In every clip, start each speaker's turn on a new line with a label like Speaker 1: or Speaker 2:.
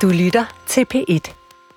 Speaker 1: Du lytter til P1.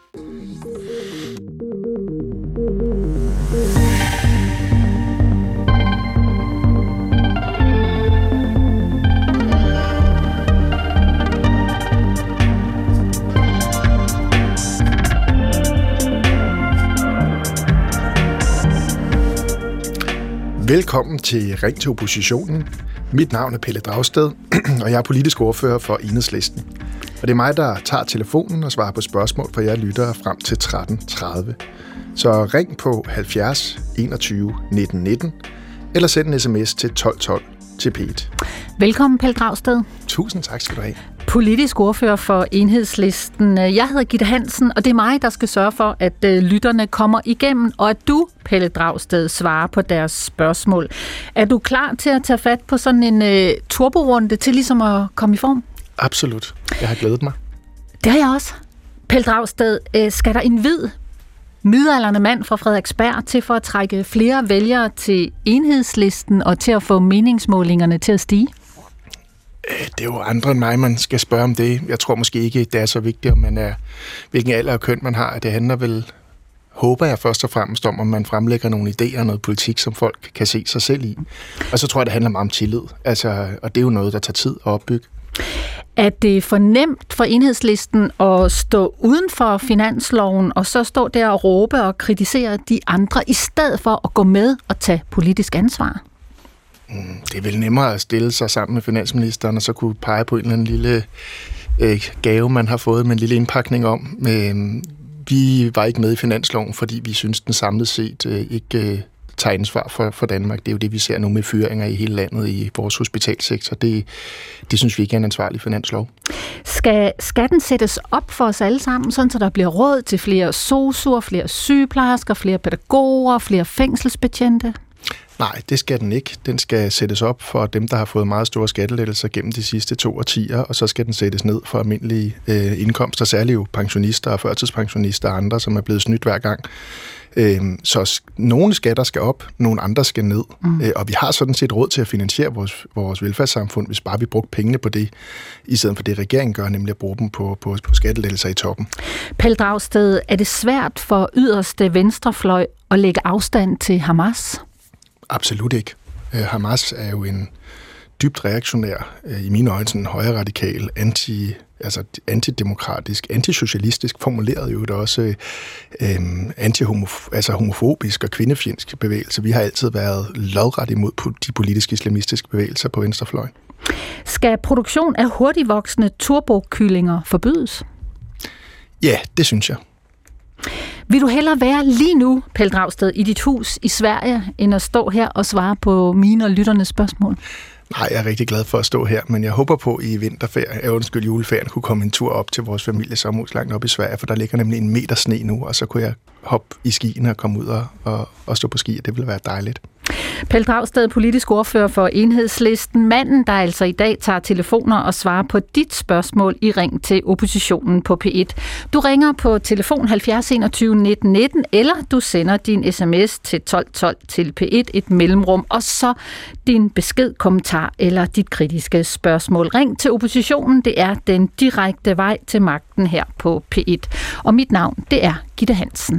Speaker 2: Velkommen til Ring til Oppositionen. Mit navn er Pelle Dragsted, og jeg er politisk ordfører for Enhedslisten. Og det er mig, der tager telefonen og svarer på spørgsmål fra jer lyttere frem til 13.30. Så ring på 70 21 19 19, eller send en sms til 1212 til P1.
Speaker 3: Velkommen, Pelle Dragsted.
Speaker 2: Tusind tak skal du have.
Speaker 3: Politisk ordfører for Enhedslisten. Jeg hedder Gitte Hansen, og det er mig, der skal sørge for, at lytterne kommer igennem, og at du, Pelle Dragsted, svarer på deres spørgsmål. Er du klar til at tage fat på sådan en turborunde til ligesom at komme i form?
Speaker 2: Absolut. Jeg har glædet mig.
Speaker 3: Det har jeg også. Pelle Dragsted, skal der en hvid, midaldrende mand fra Frederiksberg til for at trække flere vælgere til Enhedslisten og til at få meningsmålingerne til at stige?
Speaker 2: Det er jo andre end mig, man skal spørge om det. Jeg tror måske ikke, det er så vigtigt, om man er, hvilken alder og køn man har. Det handler vel, håber jeg først og fremmest om man fremlægger nogle idéer og noget politik, som folk kan se sig selv i. Og så tror jeg, det handler meget om tillid. Og det er jo noget, der tager tid at opbygge.
Speaker 3: Er det for nemt for Enhedslisten at stå uden for finansloven, og så stå der og råbe og kritisere de andre, i stedet for at gå med og tage politisk ansvar?
Speaker 2: Det er vel nemmere at stille sig sammen med finansministeren, og så kunne pege på en eller anden lille gave, man har fået med en lille indpakning om. Vi var ikke med i finansloven, fordi vi synes, den samlet set ikke tager ansvar for Danmark. Det er jo det, vi ser nu med fyringer i hele landet i vores hospitalsektor. Det synes vi ikke er en ansvarlig finanslov.
Speaker 3: Skal skatten sættes op for os alle sammen, sådan så der bliver råd til flere sosu'er, flere sygeplejersker, flere pædagoger, flere fængselsbetjente?
Speaker 2: Nej, det skal den ikke. Den skal sættes op for dem, der har fået meget store skattelettelser gennem de sidste 2 årtier, og så skal den sættes ned for almindelige indkomster, særligt jo pensionister og førtidspensionister og andre, som er blevet snydt hver gang. Så nogle skatter skal op, nogle andre skal ned, og vi har sådan set råd til at finansiere vores velfærdssamfund, hvis bare vi brugte pengene på det, i stedet for det regeringen gør, nemlig at bruge dem på skattelettelser i toppen.
Speaker 3: Pelle Dragsted, er det svært for yderste venstrefløj at lægge afstand til Hamas?
Speaker 2: Absolut ikke. Hamas er jo en dybt reaktionær, i mine øjne sådan højreradikal, antidemokratisk, antisocialistisk, formuleret jo det også homofobisk og kvindefjendsk bevægelse. Vi har altid været lodret imod de politiske islamistiske bevægelser på venstrefløjen.
Speaker 3: Skal produktion af hurtigvoksende turbokyllinger forbydes?
Speaker 2: Ja, det synes jeg.
Speaker 3: Vil du hellere være lige nu, Pelle Dragsted, i dit hus i Sverige, end at stå her og svare på mine og lytternes spørgsmål?
Speaker 2: Nej, jeg er rigtig glad for at stå her, men jeg håber på i juleferien kunne komme en tur op til vores families sommerhus langt op i Sverige, for der ligger nemlig 1 meter sne nu, og så kunne jeg hoppe i skiene og komme ud og stå på ski, og det ville være dejligt.
Speaker 3: Pelle Dragsted, politisk ordfører for Enhedslisten. Manden, der altså i dag tager telefoner og svarer på dit spørgsmål i Ring til Oppositionen på P1. Du ringer på telefon 70 21 19 19, eller du sender din sms til 1212 til P1, et mellemrum, og så din besked, kommentar eller dit kritiske spørgsmål. Ring til Oppositionen, det er den direkte vej til magten her på P1. Og mit navn, det er Gitte Hansen.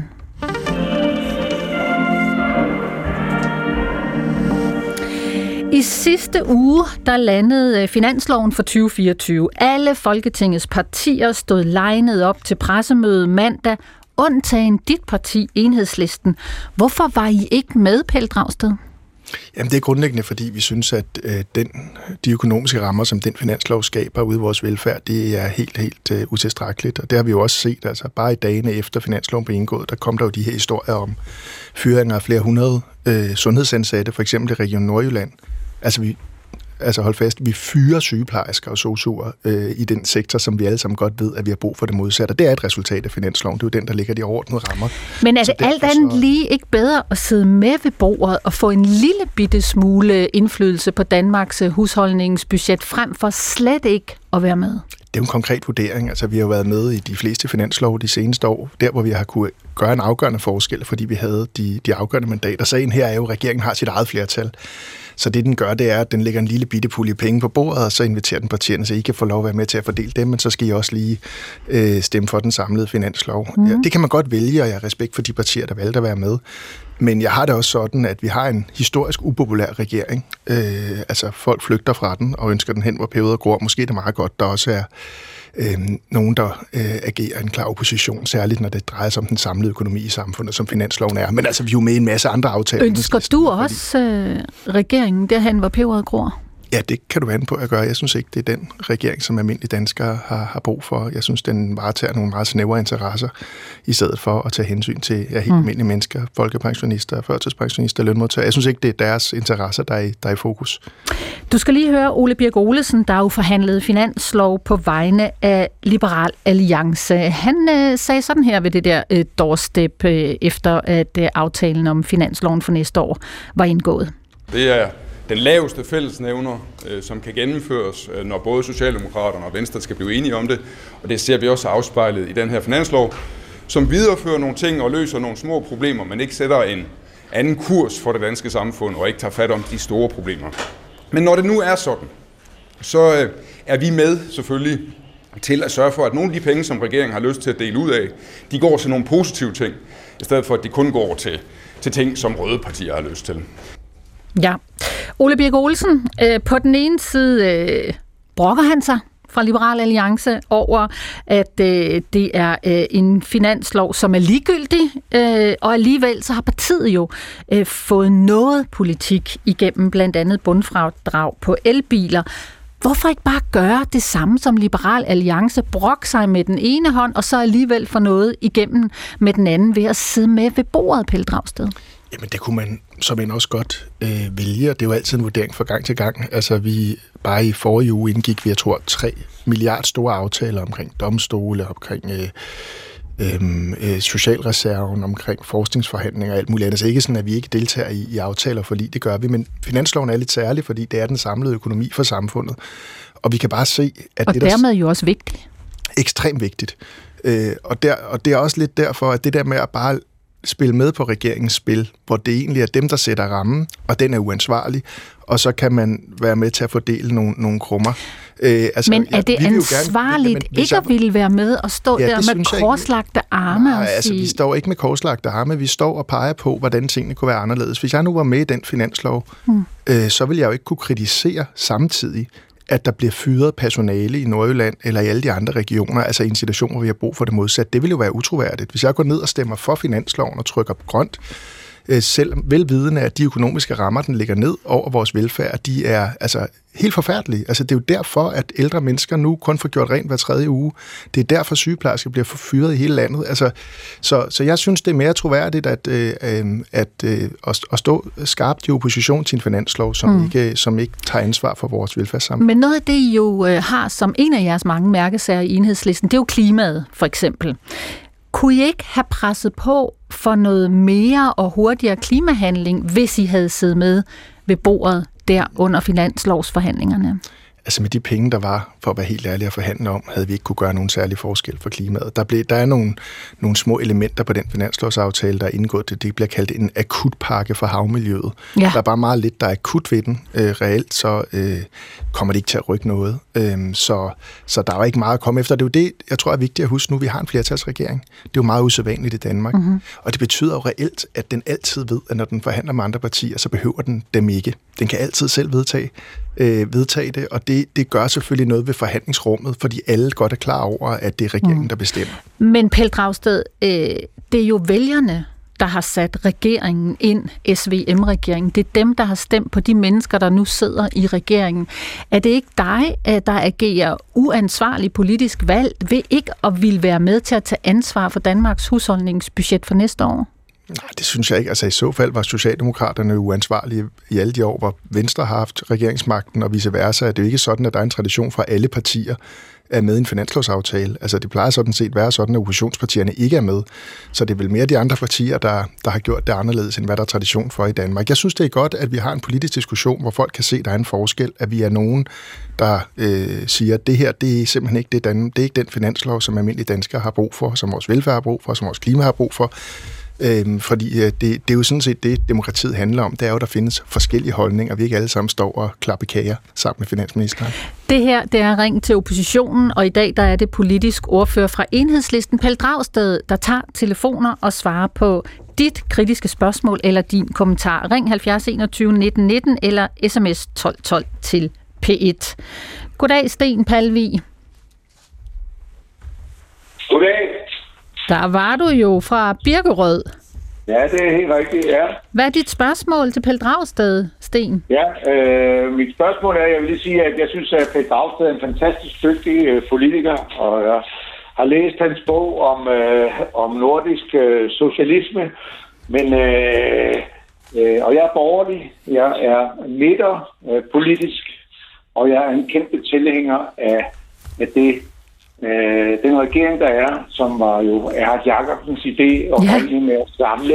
Speaker 3: I sidste uge, der landede finansloven for 2024. Alle Folketingets partier stod linet op til pressemøde mandag, undtagen dit parti, Enhedslisten. Hvorfor var I ikke med, Pelle Dragsted?
Speaker 2: Jamen, det er grundlæggende, fordi vi synes, at de økonomiske rammer, som den finanslov skaber ude i vores velfærd, det er helt utilstrækkeligt. Og det har vi jo også set. Altså, bare i dagene efter finansloven blev indgået, der kom der jo de her historier om fyringer af flere hundrede sundhedsansatte, for eksempel i Region Nordjylland. Altså hold fast, vi fyrer sygeplejersker og sosu'er i den sektor, som vi alle sammen godt ved, at vi har brug for det modsatte. Og det er et resultat af finansloven. Det er jo den, der ligger de overordnede rammer.
Speaker 3: Men er det alt andet lige ikke bedre at sidde med ved bordet og få en lille bitte smule indflydelse på Danmarks husholdningsbudget, frem for slet ikke at være med?
Speaker 2: er jo en konkret vurdering. Altså, vi har været med i de fleste finanslove de seneste år, der hvor vi har kunne gøre en afgørende forskel, fordi vi havde de afgørende mandater. Sagen her er jo, at regeringen har sit eget flertal. Så det, den gør, det er, at den lægger en lille bitte pulje penge på bordet, og så inviterer den partierne, så I kan få lov at være med til at fordele dem, men så skal I også lige stemme for den samlede finanslov. Ja, det kan man godt vælge, og jeg har respekt for de partier, der valgte at være med. Men jeg har det også sådan, at vi har en historisk upopulær regering. Altså, folk flygter fra den og ønsker den hen, hvor peberet gror. Måske er det meget godt, der også er nogen, der agerer en klar opposition, særligt når det drejer sig om den samlede økonomi i samfundet, som finansloven er. Men altså, vi er jo med i en masse andre aftaler.
Speaker 3: Ønsker du også regeringen derhen, hvor peberet gror?
Speaker 2: Ja, det kan du vande på at gøre. Jeg synes ikke, det er den regering, som almindelige danskere har brug for. Jeg synes, den varetager nogle meget snævre interesser, i stedet for at tage hensyn til helt almindelige mennesker, folkepensionister, førtidspensionister, lønmodtagere. Jeg synes ikke, det er deres interesser, der er i fokus. Du skal lige høre Ole Birk Olesen, der jo forhandlede finanslov på vegne af Liberal Alliance. Han sagde sådan her ved det der doorstep, efter at aftalen om finansloven for næste år var indgået.
Speaker 1: Det er den laveste fællesnævner, som kan gennemføres, når både Socialdemokraterne og Venstre skal blive enige om det. Og det ser vi også afspejlet i den her finanslov, som viderefører nogle ting og løser nogle små problemer, men ikke sætter en anden kurs for det danske samfund og ikke tager fat om de store problemer. Men når det nu er sådan, så er vi med selvfølgelig til at sørge for, at nogle af de penge, som regeringen har lyst til at dele ud af, de går til nogle positive ting, i stedet for at de kun går til ting, som røde partier har lyst til.
Speaker 3: Ja. Ole Birk Olesen, på den ene side brokker han sig fra Liberal Alliance over, at det er en finanslov, som er ligegyldig, og alligevel så har partiet jo fået noget politik igennem, blandt andet bundfradrag på elbiler. Hvorfor ikke bare gøre det samme som Liberal Alliance, brokke sig med den ene hånd, og så alligevel få noget igennem med den anden ved at sidde med ved bordet, Pelle Dragsted?
Speaker 2: Jamen, det kunne man som end også godt vælge, og det er jo altid en vurdering fra gang til gang. Altså, bare i forrige uge indgik vi, jeg tror, 3 milliarder store aftaler omkring domstole, omkring socialreserven, omkring forskningsforhandlinger og alt muligt andet. Altså ikke sådan, at vi ikke deltager i aftaler, fordi det gør vi, men finansloven er lidt særlig, fordi det er den samlede økonomi for samfundet. Og vi kan bare se, at
Speaker 3: og det dermed jo også vigtigt.
Speaker 2: Ekstremt vigtigt. Og det er også lidt derfor, at det der med at bare spille med på regeringens spil, hvor det egentlig er dem, der sætter rammen, og den er uansvarlig, og så kan man være med til at fordele nogle krummer.
Speaker 3: Men er det ansvarligt ikke at ville være med og stå der med korslagte arme?
Speaker 2: Nej, altså vi står ikke med korslagte arme, vi står og peger på, hvordan tingene kunne være anderledes. Hvis jeg nu var med i den finanslov, så ville jeg jo ikke kunne kritisere samtidig, at der bliver fyret personale i Nordjylland eller i alle de andre regioner, altså i en situation, hvor vi har brug for det modsatte. Det vil jo være utroværdigt. Hvis jeg går ned og stemmer for finansloven og trykker på grønt, selv velvidende, at de økonomiske rammer, den ligger ned over vores velfærd, de er altså helt forfærdelige. Altså, det er jo derfor, at ældre mennesker nu kun får gjort rent hver 3. uge. Det er derfor, sygeplejersker bliver fyret i hele landet. Altså, så jeg synes, det er mere troværdigt at stå skarpt i opposition til en finanslov, som ikke tager ansvar for vores velfærdssamfund.
Speaker 3: Men noget af det, I jo har som en af jeres mange mærkesager i Enhedslisten, det er jo klimaet, for eksempel. Kunne I ikke have presset på for noget mere og hurtigere klimahandling, hvis I havde siddet med ved bordet der under finanslovsforhandlingerne?
Speaker 2: Altså med de penge, der var, for at være helt ærlig at forhandle om, havde vi ikke kunne gøre nogen særlig forskel for klimaet. Der er nogle små elementer på den finanslovsaftale, der er indgået. Det bliver kaldt en akutpakke for havmiljøet. Ja. Der er bare meget lidt, der er akut ved den. Reelt så kommer det ikke til at rykke noget. Så der er jo ikke meget at komme efter. Det er jo det, jeg tror er vigtigt at huske nu. Vi har en flertalsregering. Det er jo meget usædvanligt i Danmark. Mm-hmm. Og det betyder jo reelt, at den altid ved, at når den forhandler med andre partier, så behøver den dem ikke. Den kan altid selv vedtage det, og det gør selvfølgelig noget ved forhandlingsrummet, fordi alle godt er klar over, at det er regeringen, der bestemmer.
Speaker 3: Men Pelle Dragsted, det er jo vælgerne, der har sat regeringen ind, SVM-regeringen. Det er dem, der har stemt på de mennesker, der nu sidder i regeringen. Er det ikke dig, der agerer uansvarlig politisk valg ved ikke at ville være med til at tage ansvar for Danmarks husholdningsbudget for næste år?
Speaker 2: Nej, det synes jeg ikke. Altså i så fald var Socialdemokraterne uansvarlige i alle de år, hvor Venstre har haft regeringsmagten og vice versa. Det er jo ikke sådan, at der er en tradition fra alle partier er med i en finanslovsaftale. Altså det plejer sådan set være sådan, at oppositionspartierne ikke er med. Så det er vel mere de andre partier, der har gjort det anderledes, end hvad der er tradition for i Danmark. Jeg synes, det er godt, at vi har en politisk diskussion, hvor folk kan se, at der er en forskel, at vi er nogen, der siger, at det her, det er simpelthen ikke det er ikke den finanslov, som almindelige danskere har brug for, som vores velfærd har brug for, som vores klima har brug for. Fordi det er jo sådan set det, demokratiet handler om. Det er jo, der findes forskellige holdninger, vi ikke alle sammen står og klapper kager sammen med finansministeren.
Speaker 3: Det her, det er Ring til oppositionen, og i dag der er det politisk ordfører fra Enhedslisten, Pelle Dragsted, der tager telefoner og svarer på dit kritiske spørgsmål eller din kommentar. Ring 70 21 19 19 eller sms 12 12 til P1. Goddag, Sten Palvig.
Speaker 4: Goddag.
Speaker 3: Der var du jo fra Birkerød.
Speaker 4: Ja, det er helt rigtigt, ja.
Speaker 3: Hvad er dit spørgsmål til Pelle Dragsted, Sten?
Speaker 4: Ja, mit spørgsmål er, jeg vil lige sige, at jeg synes, at Pelle Dragsted er en fantastisk dygtig politiker, og jeg har læst hans bog om nordisk socialisme, men og jeg er borgerlig, jeg er midterpolitisk, og jeg er en kæmpe tilhænger af det. Den regering, der er, som var jo Erhard Jacobsens idé med at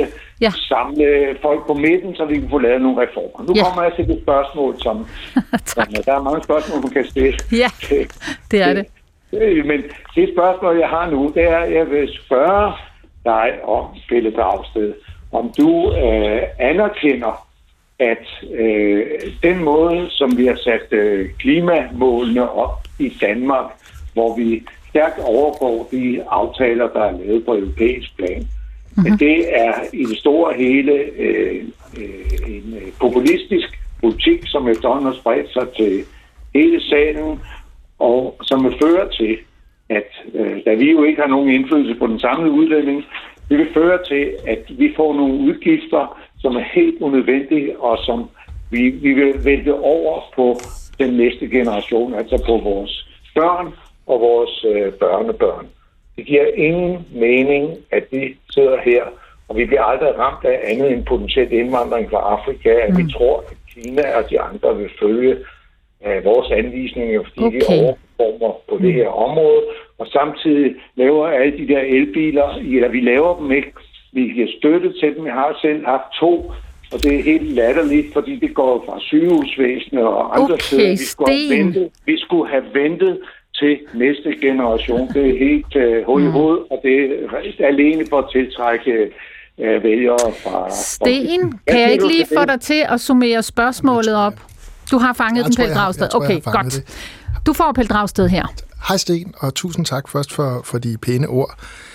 Speaker 4: samle folk på midten, så vi kan få lavet nogle reformer. Nu kommer jeg til det spørgsmål, som der er mange spørgsmål, man kan stille.
Speaker 3: Ja, det er det.
Speaker 4: Men det spørgsmål, jeg har nu, det er, at jeg vil spørge dig om, Pelle Dragsted, om du anerkender, at den måde, som vi har sat klimamålene op i Danmark, hvor vi stærkt overgår de aftaler, der er lavet på europæisk plan. Mm-hmm. Det er i det store hele en populistisk politik, som efterhånden har spredt sig til hele salen, og som vil føre til, at da vi jo ikke har nogen indflydelse på den samlede udledning, det vil føre til, at vi får nogle udgifter, som er helt unødvendige, og som vi vil vælte over på den næste generation, altså på vores børn og vores børnebørn. Det giver ingen mening, at vi sidder her, og vi bliver aldrig ramt af andet end potentielt indvandring fra Afrika, at vi tror, at Kina og de andre vil følge vores anvisninger, fordi vi overperformer på det her område, og samtidig laver alle de der elbiler, eller vi laver dem ikke, vi giver støtte til dem. Jeg har selv haft 2, og det er helt latterligt, fordi det går fra sygehusvæsenet og andre steder. Vi skulle have ventet til næste generation. Det er helt hul i hovedet, og det er alene for at tiltrække vælgere fra...
Speaker 3: Sten, kan jeg ikke lige få dig til at summere spørgsmålet op? Du har fanget den, Pelle Dragsted. Okay, godt. Du får Pelle Dragsted her.
Speaker 2: Hej Sten, og tusind tak først for de pæne ord.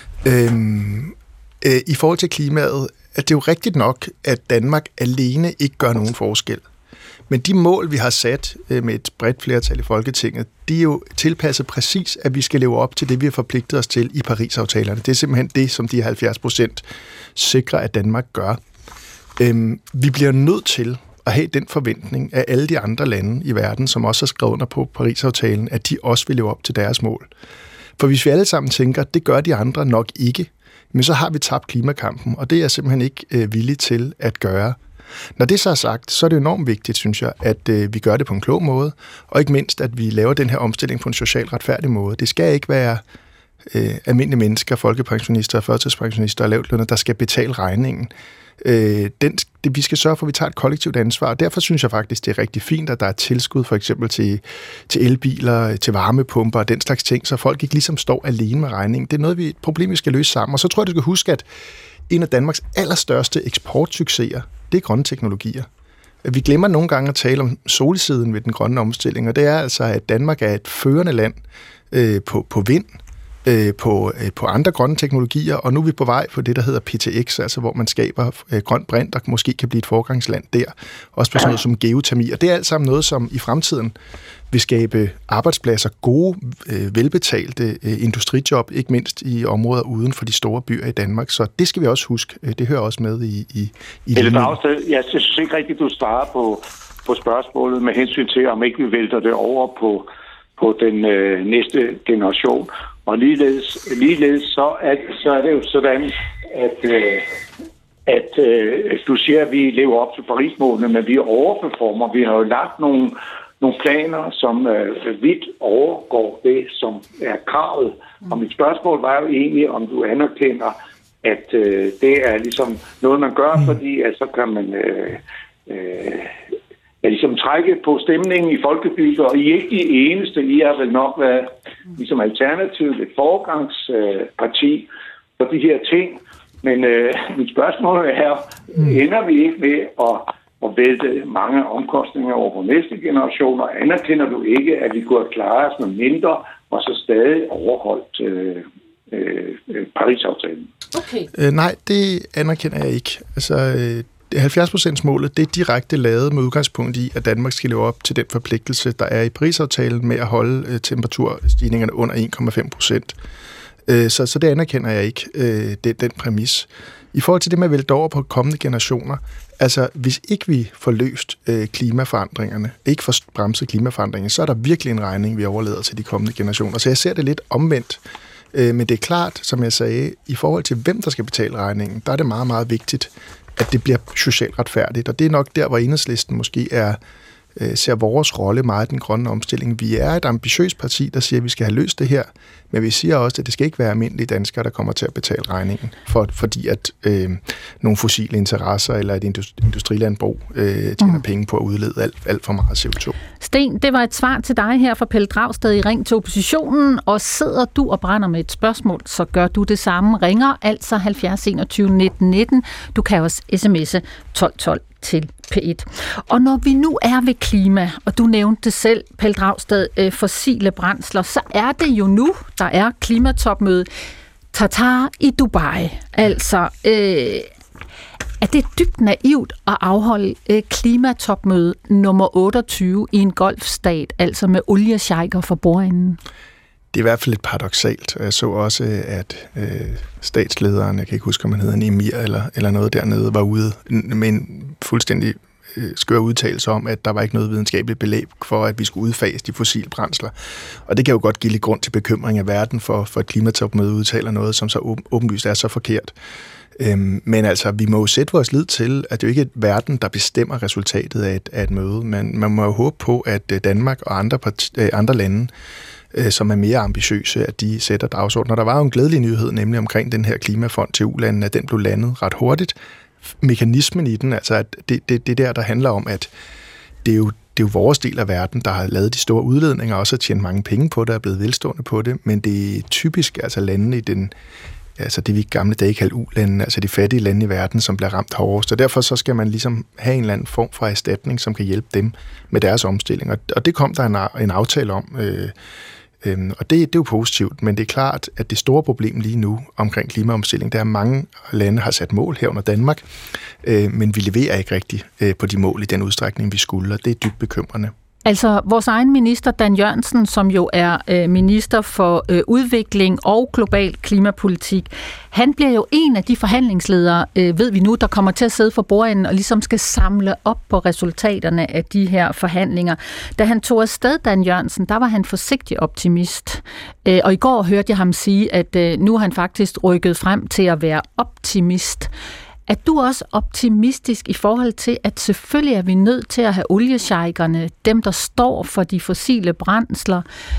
Speaker 2: I forhold til klimaet, at det er jo rigtigt nok, at Danmark alene ikke gør nogen forskel. Men de mål, vi har sat med et bredt flertal i Folketinget, de er jo tilpasset præcis, at vi skal leve op til det, vi har forpligtet os til i Paris-aftalerne. Det er simpelthen det, som de 70% sikrer, at Danmark gør. Vi bliver nødt til at have den forventning af alle de andre lande i verden, som også har skrevet under på Paris-aftalen, at de også vil leve op til deres mål. For hvis vi alle sammen tænker, at det gør de andre nok ikke, men så har vi tabt klimakampen, og det er jeg simpelthen ikke villig til at gøre. Når det så er sagt, så er det enormt vigtigt, synes jeg, at vi gør det på en klog måde, og ikke mindst, at vi laver den her omstilling på en socialt retfærdig måde. Det skal ikke være almindelige mennesker, folkepensionister, førtidspensionister og lavtlønnede, der skal betale regningen. Vi skal sørge for, at vi tager et kollektivt ansvar, og derfor synes jeg faktisk, det er rigtig fint, at der er tilskud for eksempel til elbiler, til varmepumper og den slags ting, så folk ikke ligesom står alene med regningen. Det er noget, et problem, vi skal løse sammen. Og så tror jeg, du skal huske, at en af Danmarks allerstørste eksportsucceser, det er grønne teknologier. Vi glemmer nogle gange at tale om solsiden ved den grønne omstilling, og det er altså, at Danmark er et førende land på vind, på andre grønne teknologier, og nu er vi på vej på det, der hedder PTX, altså hvor man skaber grøn brint, og måske kan blive et foregangsland der. Også på sådan noget som geotermi, og det er alt sammen noget, som i fremtiden vil skabe arbejdspladser, gode, velbetalte industrijob, ikke mindst i områder uden for de store byer i Danmark. Så det skal vi også huske. Det hører også med i
Speaker 4: Pelle Dragsted, jeg synes ikke rigtigt, du svarer på spørgsmålet med hensyn til, om ikke vi vælter det over på den næste generation. Og ligeledes så er det jo sådan, at du siger, at vi lever op til Paris-målene, men vi overperformer. Vi har jo lagt nogle planer, som vidt overgår det, som er kravet. Og mit spørgsmål var jo egentlig, om du anerkender, at det er ligesom noget, man gør, fordi at så kan man ligesom trække på stemningen i folkebygget, og I er ikke de eneste. I har vel nok været ligesom alternativt et foregangsparti for de her ting. Men mit spørgsmål er, ender vi ikke med at vælte mange omkostninger over på næste generationer? Anerkender du ikke, at vi kunne have klaret os noget mindre, og så stadig overholdt Paris-aftalen?
Speaker 3: Okay.
Speaker 2: Nej, det anerkender jeg ikke. Altså, 70%-målet, det er direkte lavet med udgangspunkt i, at Danmark skal leve op til den forpligtelse, der er i Paris-aftalen med at holde temperaturstigningerne under 1,5%. Så det anerkender jeg ikke, den præmis. I forhold til det med at vælte over på kommende generationer, altså hvis ikke vi får løst klimaforandringerne, ikke får bremset klimaforandringerne, så er der virkelig en regning, vi overlader til de kommende generationer. Så jeg ser det lidt omvendt. Men det er klart, som jeg sagde, i forhold til hvem der skal betale regningen, der er det meget, meget vigtigt, at det bliver socialt retfærdigt. Og det er nok der, hvor Enhedslisten måske ser vores rolle meget i den grønne omstilling. Vi er et ambitiøst parti, der siger, at vi skal have løst det her, men vi siger også, at det skal ikke være almindelige danskere, der kommer til at betale regningen, fordi at nogle fossile interesser eller et industrilandbrug tjener penge på at udlede alt for meget CO2.
Speaker 3: Sten, det var et svar til dig her fra Pelle Dragsted i Ring til Oppositionen, og sidder du og brænder med et spørgsmål, så gør du det samme. Ringer altså 70 21 19 19. Du kan også sms'e 1212 til P1. Og når vi nu er ved klima, og du nævnte det selv, Pelle Dragsted, fossile brændsler, så er det jo nu, der er klimatopmøde Qatar i Dubai. Altså, er det dybt naivt at afholde klimatopmøde nummer 28 i en golfstat, altså med olieshejker for bordenden?
Speaker 2: Det er i hvert fald lidt paradoksalt. Jeg så også, at statslederen, jeg kan ikke huske, om han hedder en emir eller noget dernede, var ude med en fuldstændig skør udtalelse om, at der var ikke noget videnskabeligt belæg for, at vi skulle udfase de fossile brændsler. Og det kan jo godt give lidt grund til bekymring af verden for et klimatopmøde udtaler noget, som så åbenlyst er så forkert. Men altså, vi må jo sætte vores lid til, at det jo ikke er verden, der bestemmer resultatet af et møde. Men man må jo håbe på, at Danmark og andre lande, som er mere ambitiøse, at de sætter dagsordenen. Der var jo en glædelig nyhed, nemlig omkring den her klimafond til U-landene, at den blev landet ret hurtigt. Mekanismen i den, altså at det der handler om, at det er jo vores del af verden, der har lavet de store udledninger, og også har tjent mange penge på det, og er blevet velstående på det, men det er typisk altså landene i den, altså det vi i gamle dage kaldte U-lande, altså de fattige lande i verden, som bliver ramt hårdest, og derfor så skal man ligesom have en eller anden form for erstatning, som kan hjælpe dem med deres omstilling, og det kom der en aftale om, og det er jo positivt, men det er klart, at det store problem lige nu omkring klimaomstilling, det er, at mange lande har sat mål herunder Danmark, men vi leverer ikke rigtigt på de mål i den udstrækning, vi skulle, og det er dybt bekymrende.
Speaker 3: Altså vores egen minister, Dan Jørgensen, som jo er minister for udvikling og global klimapolitik, han bliver jo en af de forhandlingsledere, ved vi nu, der kommer til at sidde for bordenden og ligesom skal samle op på resultaterne af de her forhandlinger. Da han tog afsted, Dan Jørgensen, der var han forsigtig optimist. Og i går hørte jeg ham sige, at nu er han faktisk rykket frem til at være optimist. Er du også optimistisk i forhold til, at selvfølgelig er vi nødt til at have olieshejkerne, dem der står for de fossile brændsler,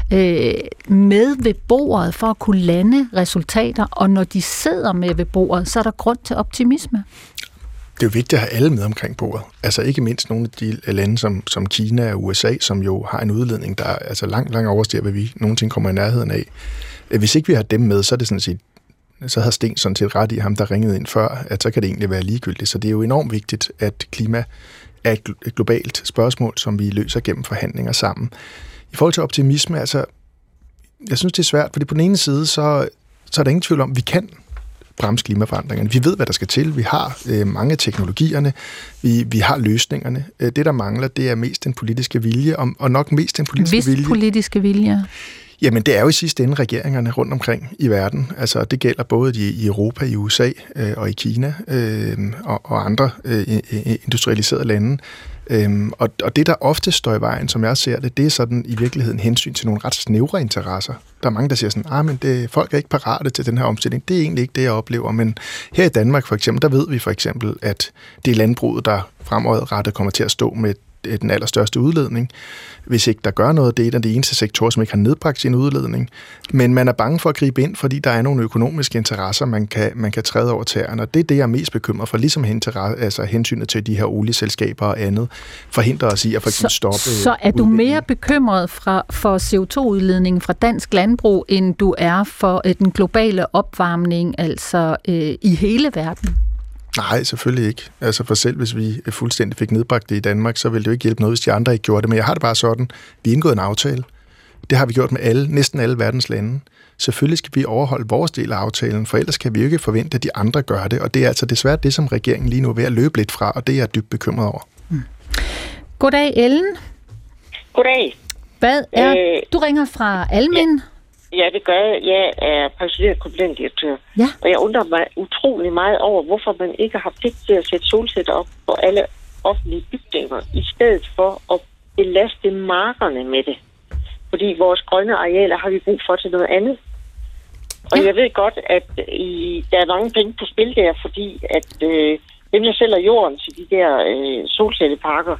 Speaker 3: med ved bordet for at kunne lande resultater, og når de sidder med ved bordet, så er der grund til optimisme?
Speaker 2: Det er jo vigtigt at have alle med omkring bordet. Altså ikke mindst nogle af de lande som Kina og USA, som jo har en udledning, der altså langt overstiger, hvad vi nogensinde kommer i nærheden af. Hvis ikke vi har dem med, så er det sådan set, så har Sten sådan set ret i ham, der ringede ind før, at så kan det egentlig være ligegyldigt. Så det er jo enormt vigtigt, at klima er et globalt spørgsmål, som vi løser gennem forhandlinger sammen. I forhold til optimisme, altså, jeg synes, det er svært, fordi på den ene side, så er der ingen tvivl om, at vi kan bremse klimaforandringerne. Vi ved, hvad der skal til. Vi har mange af teknologierne. Vi har løsningerne. Det, der mangler, det er mest den politiske vilje, og nok mest den politiske vilje.
Speaker 3: Hvis politiske vilje?
Speaker 2: Jamen, det er jo i sidste ende regeringerne rundt omkring i verden. Altså, det gælder både i Europa, i USA og i Kina og andre industrialiserede lande. Og det, der ofte står i vejen, som jeg ser det, det er sådan i virkeligheden hensyn til nogle ret snævre interesser. Der er mange, der siger sådan, men folk er ikke parate til den her omstilling. Det er egentlig ikke det, jeg oplever. Men her i Danmark for eksempel, der ved vi for eksempel, at det er landbruget, der fremadrettet kommer til at stå med den allerstørste udledning. Hvis ikke der gør noget, det er en af de eneste sektorer, som ikke har nedbragt sin udledning. Men man er bange for at gribe ind, fordi der er nogle økonomiske interesser, man kan træde over tæerne. Og det er det, jeg er mest bekymret for, ligesom hensynet til de her olieselskaber og andet, forhindrer os i at stoppe.
Speaker 3: Så er du mere bekymret for CO2-udledningen fra dansk landbrug, end du er for den globale opvarmning, altså i hele verden?
Speaker 2: Nej, selvfølgelig ikke. Altså for selv hvis vi fuldstændig fik nedbragt det i Danmark, så ville det jo ikke hjælpe noget, hvis de andre ikke gjorde det. Men jeg har det bare sådan, vi har indgået en aftale. Det har vi gjort med næsten alle verdens lande. Selvfølgelig skal vi overholde vores del af aftalen, for ellers kan vi jo ikke forvente, at de andre gør det. Og det er altså desværre det, som regeringen lige nu er ved at løbe lidt fra, og det er jeg dybt bekymret over.
Speaker 3: Goddag, Ellen.
Speaker 5: Goddag.
Speaker 3: Hvad er du ringer fra Almen?
Speaker 5: Ja, det gør jeg. Jeg er pensioneret konsulentdirektør.
Speaker 3: Ja.
Speaker 5: Og jeg undrer mig utrolig meget over, hvorfor man ikke har pligt til at sætte solceller op på alle offentlige bygninger, i stedet for at belaste markerne med det. Fordi vores grønne arealer har vi brug for til noget andet. Og jeg ved godt, at der er mange penge på spil der, fordi at dem, der sælger jorden til de der solcelleparker,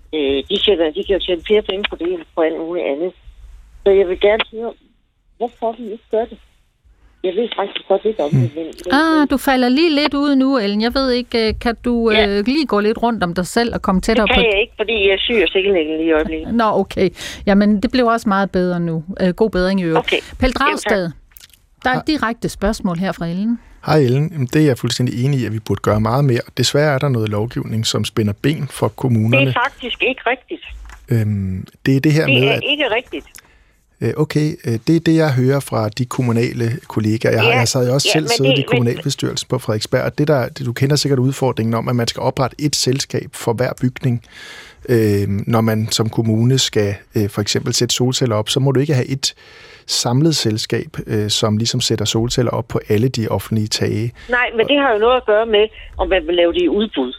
Speaker 5: de kan jo tjene flere penge på det end på alt muligt andet. Så jeg vil gerne høre, hvorfor vi ikke gør det. Jeg ved faktisk godt lidt om det. Men
Speaker 3: du falder lige lidt ud nu, Ellen. Jeg ved ikke, kan du lige gå lidt rundt om dig selv og komme tættere på?
Speaker 5: Det kan jeg ikke, fordi jeg er syg og sikkerlæggen lige i øjeblikket.
Speaker 3: Nå, okay. Jamen, det blev også meget bedre nu. God bedring i øvrigt.
Speaker 5: Okay.
Speaker 3: Pelle Dragsted, der er et direkte spørgsmål her fra Ellen.
Speaker 2: Hej Ellen, det er jeg fuldstændig enig i, at vi burde gøre meget mere. Desværre er der noget lovgivning, som spænder ben for kommunerne.
Speaker 5: Det er faktisk ikke rigtigt.
Speaker 2: Det er det her med,
Speaker 5: at ikke rigtigt.
Speaker 2: Okay, det er det, jeg hører fra de kommunale kollegaer. Jeg sad jo også selv siddet i kommunalbestyrelsen på Frederiksberg, og du kender sikkert udfordringen om, at man skal oprette et selskab for hver bygning. Når man som kommune skal for eksempel sætte solceller op, så må du ikke have et samlet selskab, som ligesom sætter solceller op på alle de offentlige tage.
Speaker 5: Nej, men det har jo noget at gøre med, om man vil lave det i udbud.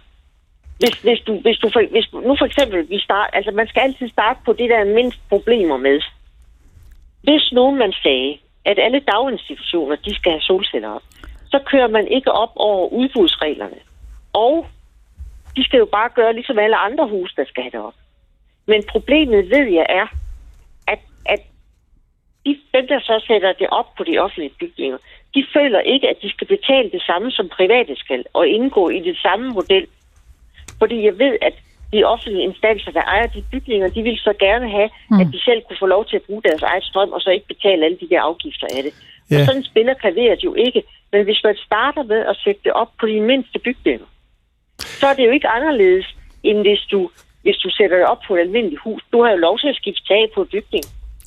Speaker 5: Hvis nu for eksempel, man skal altid starte på det, der er mindst problemer med. Hvis nogen man sagde, at alle daginstitutioner, de skal have solceller op, så kører man ikke op over udbudsreglerne. Og de skal jo bare gøre ligesom alle andre huse, der skal have det op. Men problemet, ved jeg, er, at dem, der så sætter det op på de offentlige bygninger, de føler ikke, at de skal betale det samme, som private skal, og indgå i det samme model. Fordi jeg ved, at de offentlige instanser, der ejer de bygninger, de vil så gerne have, at de selv kunne få lov til at bruge deres eget strøm, og så ikke betale alle de der afgifter af det. Ja. Og sådan spiller klaveret jo ikke. Men hvis man starter med at sætte det op på de mindste bygninger, så er det jo ikke anderledes, end hvis du sætter det op på et almindeligt hus. Du har jo lov til at skifte tag på et bygning.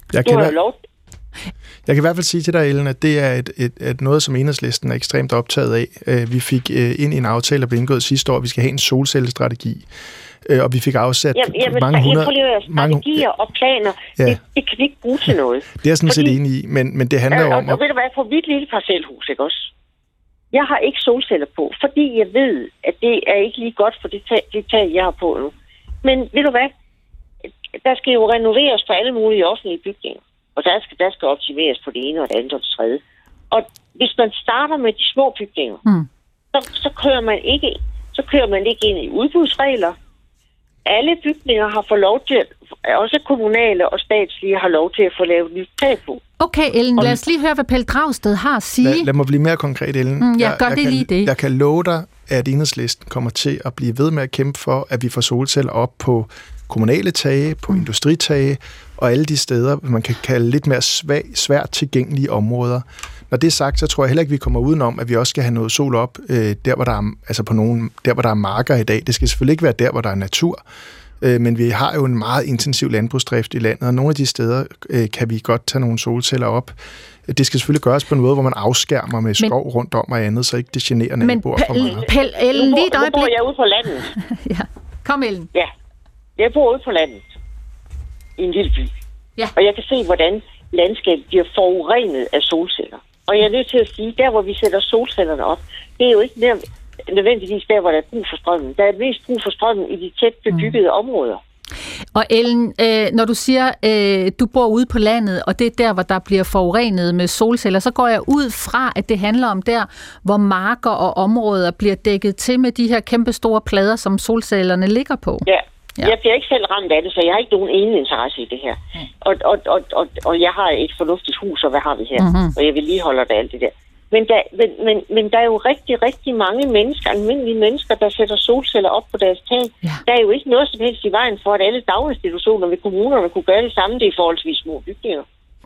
Speaker 2: Jeg kan i hvert fald sige til dig, Ellen, at det er et noget, som Enhedslisten er ekstremt optaget af. Vi fik ind i en aftale, der blev indgået sidste år, at vi skal have en solcellestrategi. Og vi fik afsat
Speaker 5: mange strategier og planer. Ja. Det kan vi ikke bruge til noget.
Speaker 2: Det er jeg sådan set enig i, men det handler om...
Speaker 5: Og ved du hvad, på mit lille parcelhus, ikke også? Jeg har ikke solceller på, fordi jeg ved, at det er ikke lige godt for det tag, jeg har på nu. Men ved du hvad? Der skal jo renoveres på alle mulige offentlige bygninger. Og der skal optimeres på det ene og det andet og det tredje. Og hvis man starter med de små bygninger, så kører man ikke ind i udbudsregler. Alle bygninger har fået lov til, også kommunale og statslige, har lov til at få lavet nyt tag på.
Speaker 3: Okay, Ellen, lad os lige høre, hvad Pelle Dragsted har at sige.
Speaker 2: Lad mig blive mere konkret, Ellen.
Speaker 3: Jeg
Speaker 2: kan love dig, at Enhedslisten kommer til at blive ved med at kæmpe for, at vi får solceller op på kommunale tage, på industritage og alle de steder, man kan kalde lidt mere svært tilgængelige områder. Når det er sagt, så tror jeg heller ikke, vi kommer udenom, at vi også skal have noget sol op, der hvor der er marker i dag. Det skal selvfølgelig ikke være der, hvor der er natur, men vi har jo en meget intensiv landbrugsdrift i landet, og nogle af de steder kan vi godt tage nogle solceller op. Det skal selvfølgelig gøres på en måde, hvor man afskærmer med skov rundt om og andet, så ikke det generer naboer for meget.
Speaker 3: Ellen, lige et øjeblik.
Speaker 5: Nu bor jeg ude på landet.
Speaker 3: Ja. Kom, Ellen.
Speaker 5: Ja, jeg bor ude på landet i en lille by.
Speaker 3: Ja.
Speaker 5: Og jeg kan se, hvordan landskabet bliver forurenet af solceller. Og jeg er nødt til at sige, der hvor vi sætter solcellerne op, det er jo ikke mere nødvendigvis der, hvor der er brug for strømmen. Der er mest brug for strømmen i de tæt bebyggede områder.
Speaker 3: Og Ellen, når du siger, du bor ude på landet, og det er der, hvor der bliver forurenet med solceller, så går jeg ud fra, at det handler om der, hvor marker og områder bliver dækket til med de her kæmpe store plader, som solcellerne ligger på.
Speaker 5: Ja,
Speaker 3: Ja.
Speaker 5: Jeg bliver ikke selv ramt af det, så jeg har ikke nogen ene interesse i det her. Og jeg har et fornuftigt hus, og hvad har vi her? Og jeg vedligeholder det alt det der. Men der er jo rigtig, rigtig mange mennesker, almindelige mennesker, der sætter solceller op på deres tag. Ja. Der er jo ikke noget som helst i vejen for, at alle daginstitutioner ved kommunerne kunne gøre det samme. Det er forholdsvis små bygninger.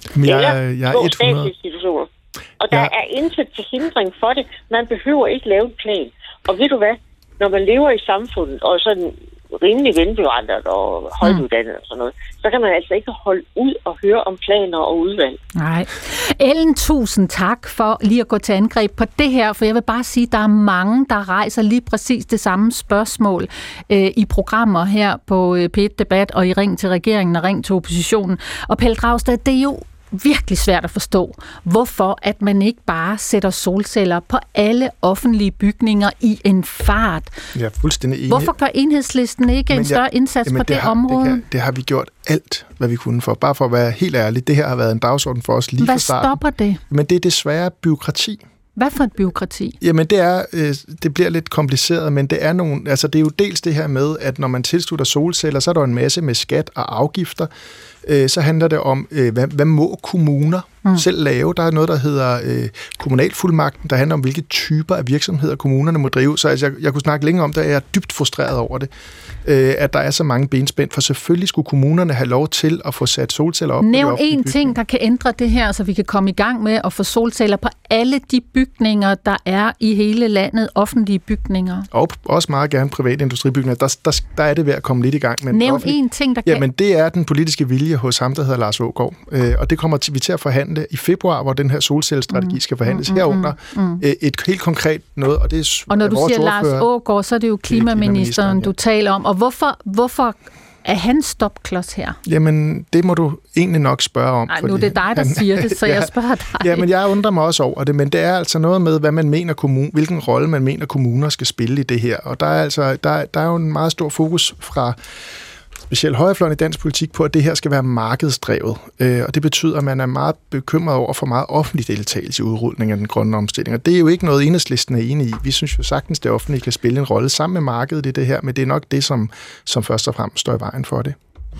Speaker 2: Jeg er 100.
Speaker 5: Statsinstitutioner. Og der er intet til hindring for det. Man behøver ikke lave en plan. Og ved du hvad? Når man lever i samfundet, og sådan rimelig velbevandret og højtuddannet og sådan noget, så kan man altså ikke holde ud og høre om planer og udvalg.
Speaker 3: Nej. Ellen, tusind tak for lige at gå til angreb på det her, for jeg vil bare sige, at der er mange, der rejser lige præcis det samme spørgsmål i programmer her på P1 Debat og i Ring til regeringen og Ring til oppositionen. Og Pelle Dragsted, det er jo virkelig svært at forstå, hvorfor at man ikke bare sætter solceller på alle offentlige bygninger i en fart.
Speaker 2: Jeg er fuldstændig enig.
Speaker 3: Hvorfor gør Enhedslisten ikke en større indsats på det område?
Speaker 2: Det har vi gjort alt, hvad vi kunne for. Bare for at være helt ærlig, det her har været en dagsorden for os lige fra starten.
Speaker 3: Hvad stopper det?
Speaker 2: Men det er desværre bureaukrati.
Speaker 3: Hvad for et bureaukrati?
Speaker 2: Jamen det bliver lidt kompliceret, men det er det er jo dels det her med, at når man tilslutter solceller, så er der en masse med skat og afgifter. Så handler det om, hvad må kommuner selv lave. Der er noget, der hedder kommunalfuldmagten, der handler om, hvilke typer af virksomheder kommunerne må drive. Så altså, jeg kunne snakke længe om det, og jeg er dybt frustreret over det, at der er så mange benspænd, for selvfølgelig skulle kommunerne have lov til at få sat solceller op.
Speaker 3: Nævn en ting, der kan ændre det her, så vi kan komme i gang med at få solceller på alle de bygninger, der er i hele landet, offentlige bygninger. Og
Speaker 2: også meget gerne private industribygninger. Der er det ved at komme lidt i gang. Men
Speaker 3: nævn en ting, der kan...
Speaker 2: Jamen, det er den politiske vilje hos ham, der hedder Lars Aagaard. Og det kommer vi til at forhandle i februar, hvor den her solcellestrategi skal forhandles herunder. Et helt konkret noget, og det er
Speaker 3: og når du siger Lars Aagaard, så er det jo klimaministeren, du taler om. Og hvorfor er han stopklods her?
Speaker 2: Jamen, det må du egentlig nok spørge om.
Speaker 3: Nej, nu er det dig, der siger det, så jeg spørger dig.
Speaker 2: Jamen, jeg undrer mig også over det, men det er altså noget med, hvad man mener hvilken rolle man mener kommuner skal spille i det her. Og der er altså der er jo en meget stor fokus fra specielt højrefløjen i dansk politik på, at det her skal være markedsdrevet. Og det betyder, at man er meget bekymret over for meget offentlig deltagelse i udrulningen af den grønne omstilling. Og det er jo ikke noget, Enhedslisten er enige i. Vi synes jo sagtens, det offentlige kan spille en rolle sammen med markedet i det her, men det er nok det, som først og fremmest står i vejen for det.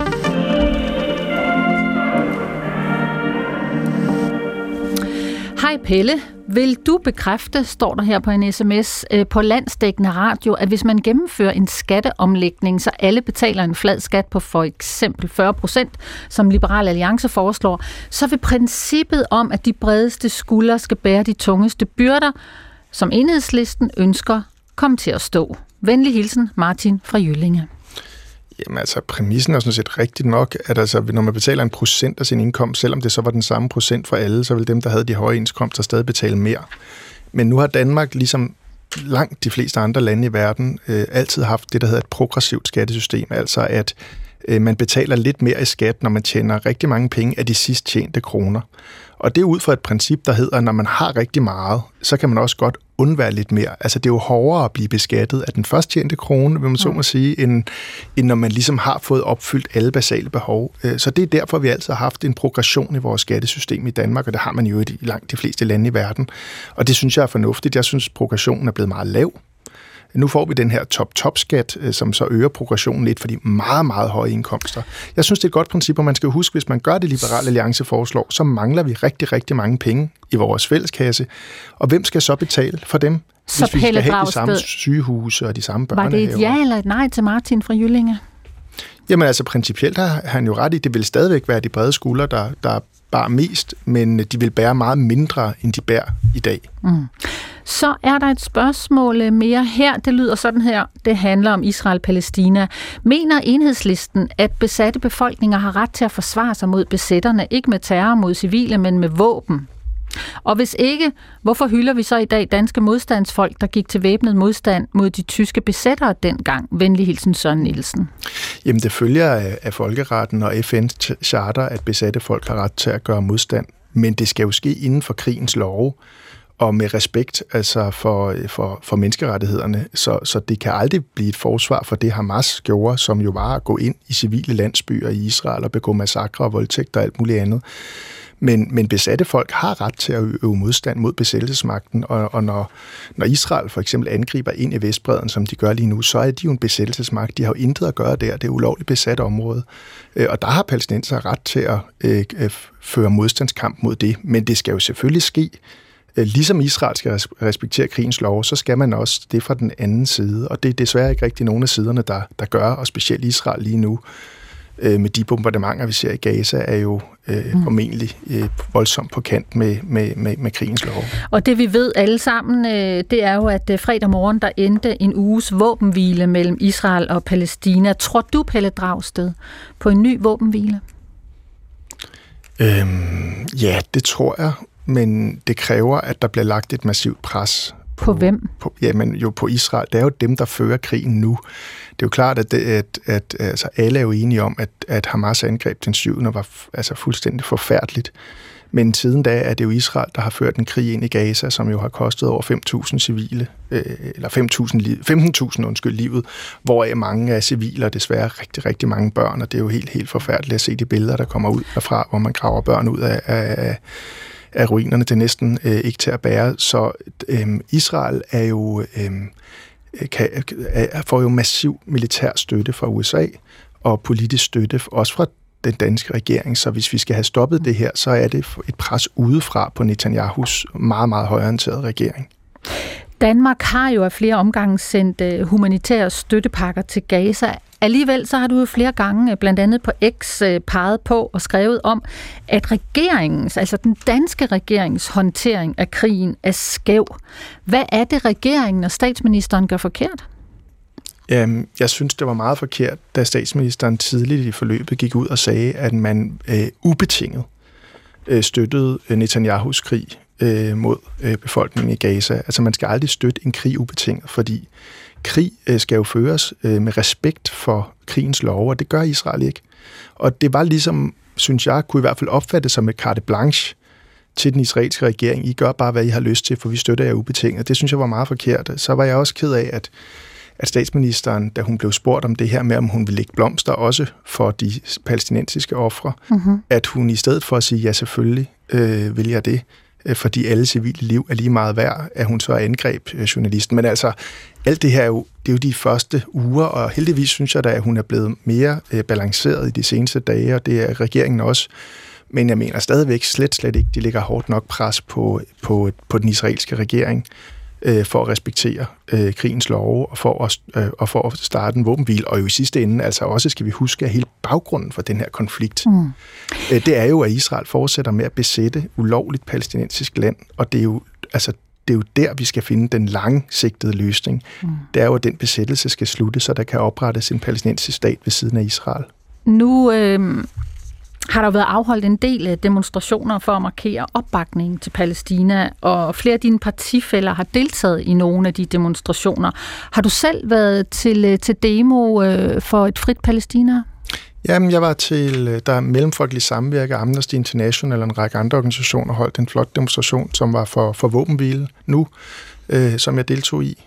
Speaker 3: Hej Pelle. Vil du bekræfte, står der her på en sms, på landsdækkende radio, at hvis man gennemfører en skatteomlægning, så alle betaler en flad skat på for eksempel 40%, som Liberal Alliance foreslår, så vil princippet om, at de bredeste skuldre skal bære de tungeste byrder, som Enhedslisten ønsker, komme til at stå. Venlig hilsen, Martin fra Jyllinge.
Speaker 2: Jamen altså, præmissen er sådan set rigtigt nok, at altså, når man betaler 1% af sin indkomst, selvom det så var den samme procent for alle, så vil dem, der havde de høje indkomster, stadig betale mere. Men nu har Danmark, ligesom langt de fleste andre lande i verden, altid haft det, der hedder et progressivt skattesystem, altså at man betaler lidt mere i skat, når man tjener rigtig mange penge af de sidst tjente kroner. Og det er ud fra et princip, der hedder, at når man har rigtig meget, så kan man også godt undvære lidt mere. Altså det er jo hårdere at blive beskattet af den først tjente krone, vil man så må sige, end når man ligesom har fået opfyldt alle basale behov. Så det er derfor, vi altid har haft en progression i vores skattesystem i Danmark, og det har man jo i langt de fleste lande i verden. Og det synes jeg er fornuftigt. Jeg synes, progressionen er blevet meget lav. Nu får vi den her top-top-skat, som så øger progressionen lidt for de meget, meget høje indkomster. Jeg synes, det er et godt princip, og man skal huske, hvis man gør det, Liberal Alliance foreslår, så mangler vi rigtig, rigtig mange penge i vores fælleskasse. Og hvem skal så betale for dem,
Speaker 3: så
Speaker 2: hvis vi skal have de samme sygehuse og de samme børnehaver?
Speaker 3: Var det et ja eller et nej til Martin fra Jyllinge?
Speaker 2: Jamen altså, principielt har han jo ret i, det vil stadigvæk være de brede skuldre, der bærer mest, men de vil bære meget mindre, end de bærer i dag.
Speaker 3: Så er der et spørgsmål mere her. Det lyder sådan her. Det handler om Israel-Palæstina. Mener Enhedslisten, at besatte befolkninger har ret til at forsvare sig mod besætterne, ikke med terror mod civile, men med våben? Og hvis ikke, hvorfor hylder vi så i dag danske modstandsfolk, der gik til væbnet modstand mod de tyske besættere dengang? Venlig hilsen, Søren Nielsen.
Speaker 2: Jamen, det følger af folkeretten og FN's charter, at besatte folk har ret til at gøre modstand. Men det skal jo ske inden for krigens love. og med respekt altså for menneskerettighederne. Så det kan aldrig blive et forsvar for det, Hamas gjorde, som jo var at gå ind i civile landsbyer i Israel og begå massakre og voldtægter og alt muligt andet. Men besatte folk har ret til at øve modstand mod besættelsesmagten, og når Israel for eksempel angriber ind i Vestbredden, som de gør lige nu, så er de jo en besættelsesmagt. De har jo intet at gøre der. Det er ulovligt besat område. Og der har palæstinensere ret til at føre modstandskamp mod det. Men det skal jo selvfølgelig ske. Ligesom Israel skal respektere krigens lov, så skal man også det fra den anden side. Og det er desværre ikke rigtig nogen af siderne, der gør, og specielt Israel lige nu. Med de bombardementer, vi ser i Gaza, er jo formentlig voldsomt på kant med krigens lov.
Speaker 3: Og det vi ved alle sammen, det er jo, at fredag morgen, der endte en uges våbenhvile mellem Israel og Palæstina. Tror du, Pelle Dragsted, på en ny våbenhvile?
Speaker 2: Ja, det tror jeg, men det kræver, at der bliver lagt et massivt pres.
Speaker 3: På hvem?
Speaker 2: På Israel. Det er jo dem, der fører krigen nu. Det er jo klart, at altså, alle er jo enige om, at Hamas angreb den 7. var altså fuldstændig forfærdeligt. Men siden da er det jo Israel, der har ført en krig ind i Gaza, som jo har kostet over 5.000 civile, eller 15.000 livet, hvoraf mange er civile, og desværre rigtig, rigtig mange børn, og det er jo helt, helt forfærdeligt at se de billeder, der kommer ud derfra, hvor man graver børn ud af ruinerne. Det er næsten ikke til at bære. Så Israel er jo... får jo massiv militær støtte fra USA og politisk støtte også fra den danske regering. Så hvis vi skal have stoppet det her, så er det et pres udefra på Netanyahus meget, meget højreorienterede regering.
Speaker 3: Danmark har jo af flere omgange sendt humanitære støttepakker til Gaza. Alligevel så har du jo flere gange, blandt andet på X, peget på og skrevet om, at regeringens, altså den danske regerings håndtering af krigen er skæv. Hvad er det, regeringen og statsministeren gør forkert?
Speaker 2: Jeg synes, det var meget forkert, da statsministeren tidligt i forløbet gik ud og sagde, at man ubetinget støttede Netanyahus krig mod befolkningen i Gaza. Altså man skal aldrig støtte en krig ubetinget, fordi krig skal jo føres med respekt for krigens lov, og det gør Israel ikke. Og det var ligesom, synes jeg, kunne i hvert fald opfattes som et carte blanche til den israelske regering. I gør bare, hvad I har lyst til, for vi støtter jer ubetinget. Det synes jeg var meget forkert. Så var jeg også ked af, at statsministeren, da hun blev spurgt om det her med, om hun ville lægge blomster også for de palæstinensiske ofre, at hun i stedet for at sige, ja selvfølgelig vil jeg det, fordi alle civile liv er lige meget værd, at hun så angreb journalisten. Men altså, alt det her det er jo de første uger, og heldigvis synes jeg da, at hun er blevet mere balanceret i de seneste dage, og det er regeringen også. Men jeg mener stadigvæk slet ikke, de lægger hårdt nok pres på den israelske regering for at respektere krigens love og for at starte en våbenhvile. Og jo i sidste ende, altså også skal vi huske, at hele baggrunden for den her konflikt, det er jo, at Israel fortsætter med at besætte ulovligt palæstinensisk land, og det er jo der, vi skal finde den langsigtede løsning. Det er jo, at den besættelse skal slutte, så der kan oprettes en palæstinensisk stat ved siden af Israel.
Speaker 3: Nu har der været afholdt en del demonstrationer for at markere opbakningen til Palæstina, og flere af dine partifæller har deltaget i nogle af de demonstrationer. Har du selv været til demo for et frit Palæstina?
Speaker 2: Jamen, jeg var til der Mellemfolkeligt Samvirke, Amnesty International og en række andre organisationer holdt en flot demonstration, som var for våbenhvile nu, som jeg deltog i.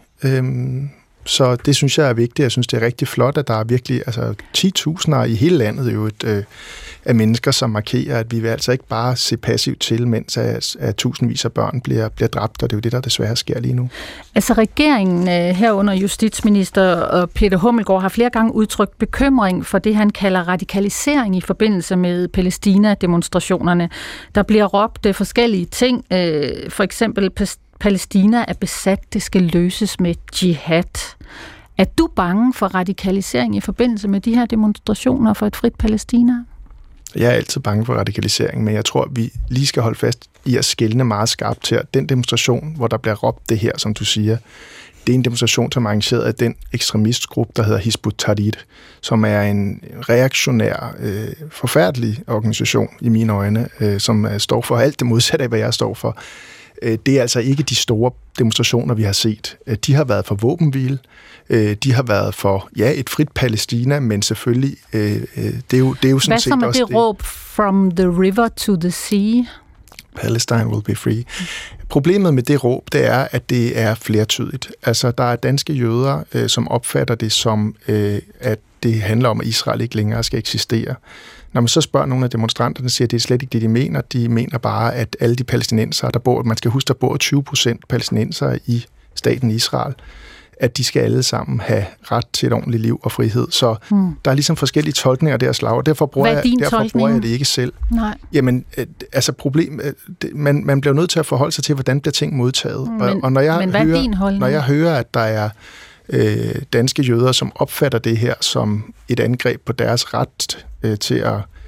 Speaker 2: Så det synes jeg er vigtigt. Jeg synes, det er rigtig flot, at der er virkelig 10.000 i hele landet jo af mennesker, som markerer, at vi vil altså ikke bare se passivt til, mens at tusindvis af børn bliver dræbt, og det er jo det, der desværre sker lige nu. Altså
Speaker 3: regeringen herunder justitsminister Peter Hummelgaard har flere gange udtrykt bekymring for det, han kalder radikalisering i forbindelse med Palæstina-demonstrationerne. Der bliver råbt forskellige ting, for eksempel Palæstina er besat, det skal løses med jihad. Er du bange for radikalisering i forbindelse med de her demonstrationer for et frit Palæstina?
Speaker 2: Jeg er altid bange for radikalisering, men jeg tror, at vi lige skal holde fast i at skelne meget skarpt til, at den demonstration, hvor der bliver råbt det her, som du siger, det er en demonstration, som er arrangeret af den ekstremistgruppe, der hedder Hizb ut-Tahrir, som er en reaktionær, forfærdelig organisation i mine øjne, som står for alt det modsatte af, hvad jeg står for. Det er altså ikke de store demonstrationer, vi har set. De har været for våbenhvile, de har været for, et frit Palæstina, men selvfølgelig, det er jo sådan set også...
Speaker 3: Hvad så med det råb from the river to the sea?
Speaker 2: Palestine will be free. Problemet med det råb, det er, at det er flertydigt. Altså, der er danske jøder, som opfatter det som, at det handler om, at Israel ikke længere skal eksistere. Når man så spørger nogle af demonstranterne, siger, at det er slet ikke det, de mener. De mener bare, at alle de palæstinensere, der bor, man skal huske, der bor 20% palæstinensere i staten Israel, at de skal alle sammen have ret til et ordentligt liv og frihed. Så der er ligesom forskellige tolkninger af det her slag, og derfor bruger jeg det ikke selv.
Speaker 3: Nej.
Speaker 2: Jamen, altså man bliver nødt til at forholde sig til, hvordan bliver ting modtaget. Og når jeg hører, at der er danske jøder, som opfatter det her som et angreb på deres ret til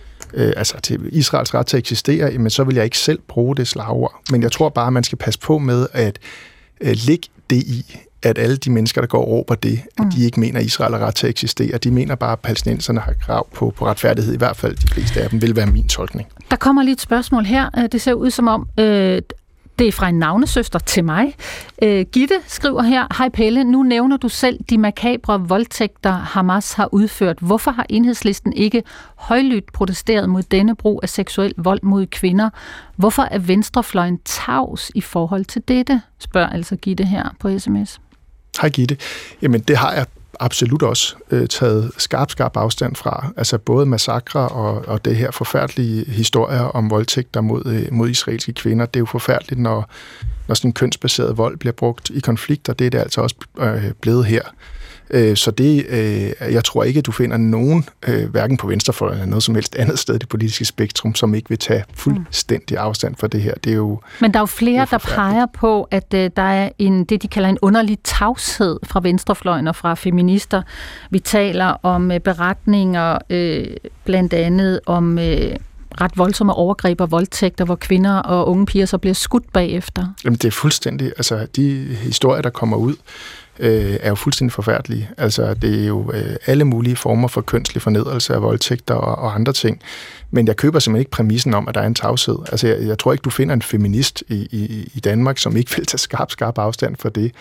Speaker 2: Israels ret til at eksistere, jamen, så vil jeg ikke selv bruge det slagord. Men jeg tror bare, at man skal passe på med at lægge det i, at alle de mennesker, der går og råber det, at de ikke mener, at Israel har ret til at eksistere. De mener bare, at palæstinenserne har krav på retfærdighed. I hvert fald de fleste af dem vil være min tolkning.
Speaker 3: Der kommer lige et spørgsmål her. Det ser ud som om, det er fra en navnesøster til mig. Gitte skriver her, hej Pelle, nu nævner du selv de makabre voldtægter, Hamas har udført. Hvorfor har Enhedslisten ikke højlydt protesteret mod denne brug af seksuel vold mod kvinder? Hvorfor er venstrefløjen tavs i forhold til dette? Spørger altså Gitte her på sms.
Speaker 2: Hej Gitte. Jamen det har jeg absolut også taget skarp afstand fra. Altså både massakre og det her forfærdelige historier om voldtægter mod israelske kvinder. Det er jo forfærdeligt, når sådan en kønsbaseret vold bliver brugt i konflikter. Det er det altså også blevet her. Så det, jeg tror ikke, at du finder nogen, hverken på venstrefløjen eller noget som helst andet sted i det politiske spektrum, som ikke vil tage fuldstændig afstand fra det her. Det er jo,
Speaker 3: men der er jo flere, der peger på, at der er det, de kalder en underlig tavshed fra venstrefløjen og fra feminister. Vi taler om beretninger, blandt andet om ret voldsomme overgreb og voldtægter, hvor kvinder og unge piger så bliver skudt bagefter. Jamen
Speaker 2: det er fuldstændig, altså de historier, der kommer ud, er jo fuldstændig forfærdelige. Altså, det er jo alle mulige former for kønslig fornedrelse af voldtægter og andre ting. Men jeg køber simpelthen ikke præmissen om, at der er en tavshed. Altså, jeg tror ikke, du finder en feminist i Danmark, som ikke vil tage skarp afstand for det.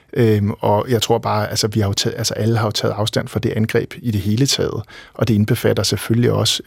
Speaker 2: Og jeg tror bare, altså, alle har jo taget afstand for det angreb i det hele taget. Og det indbefatter selvfølgelig også,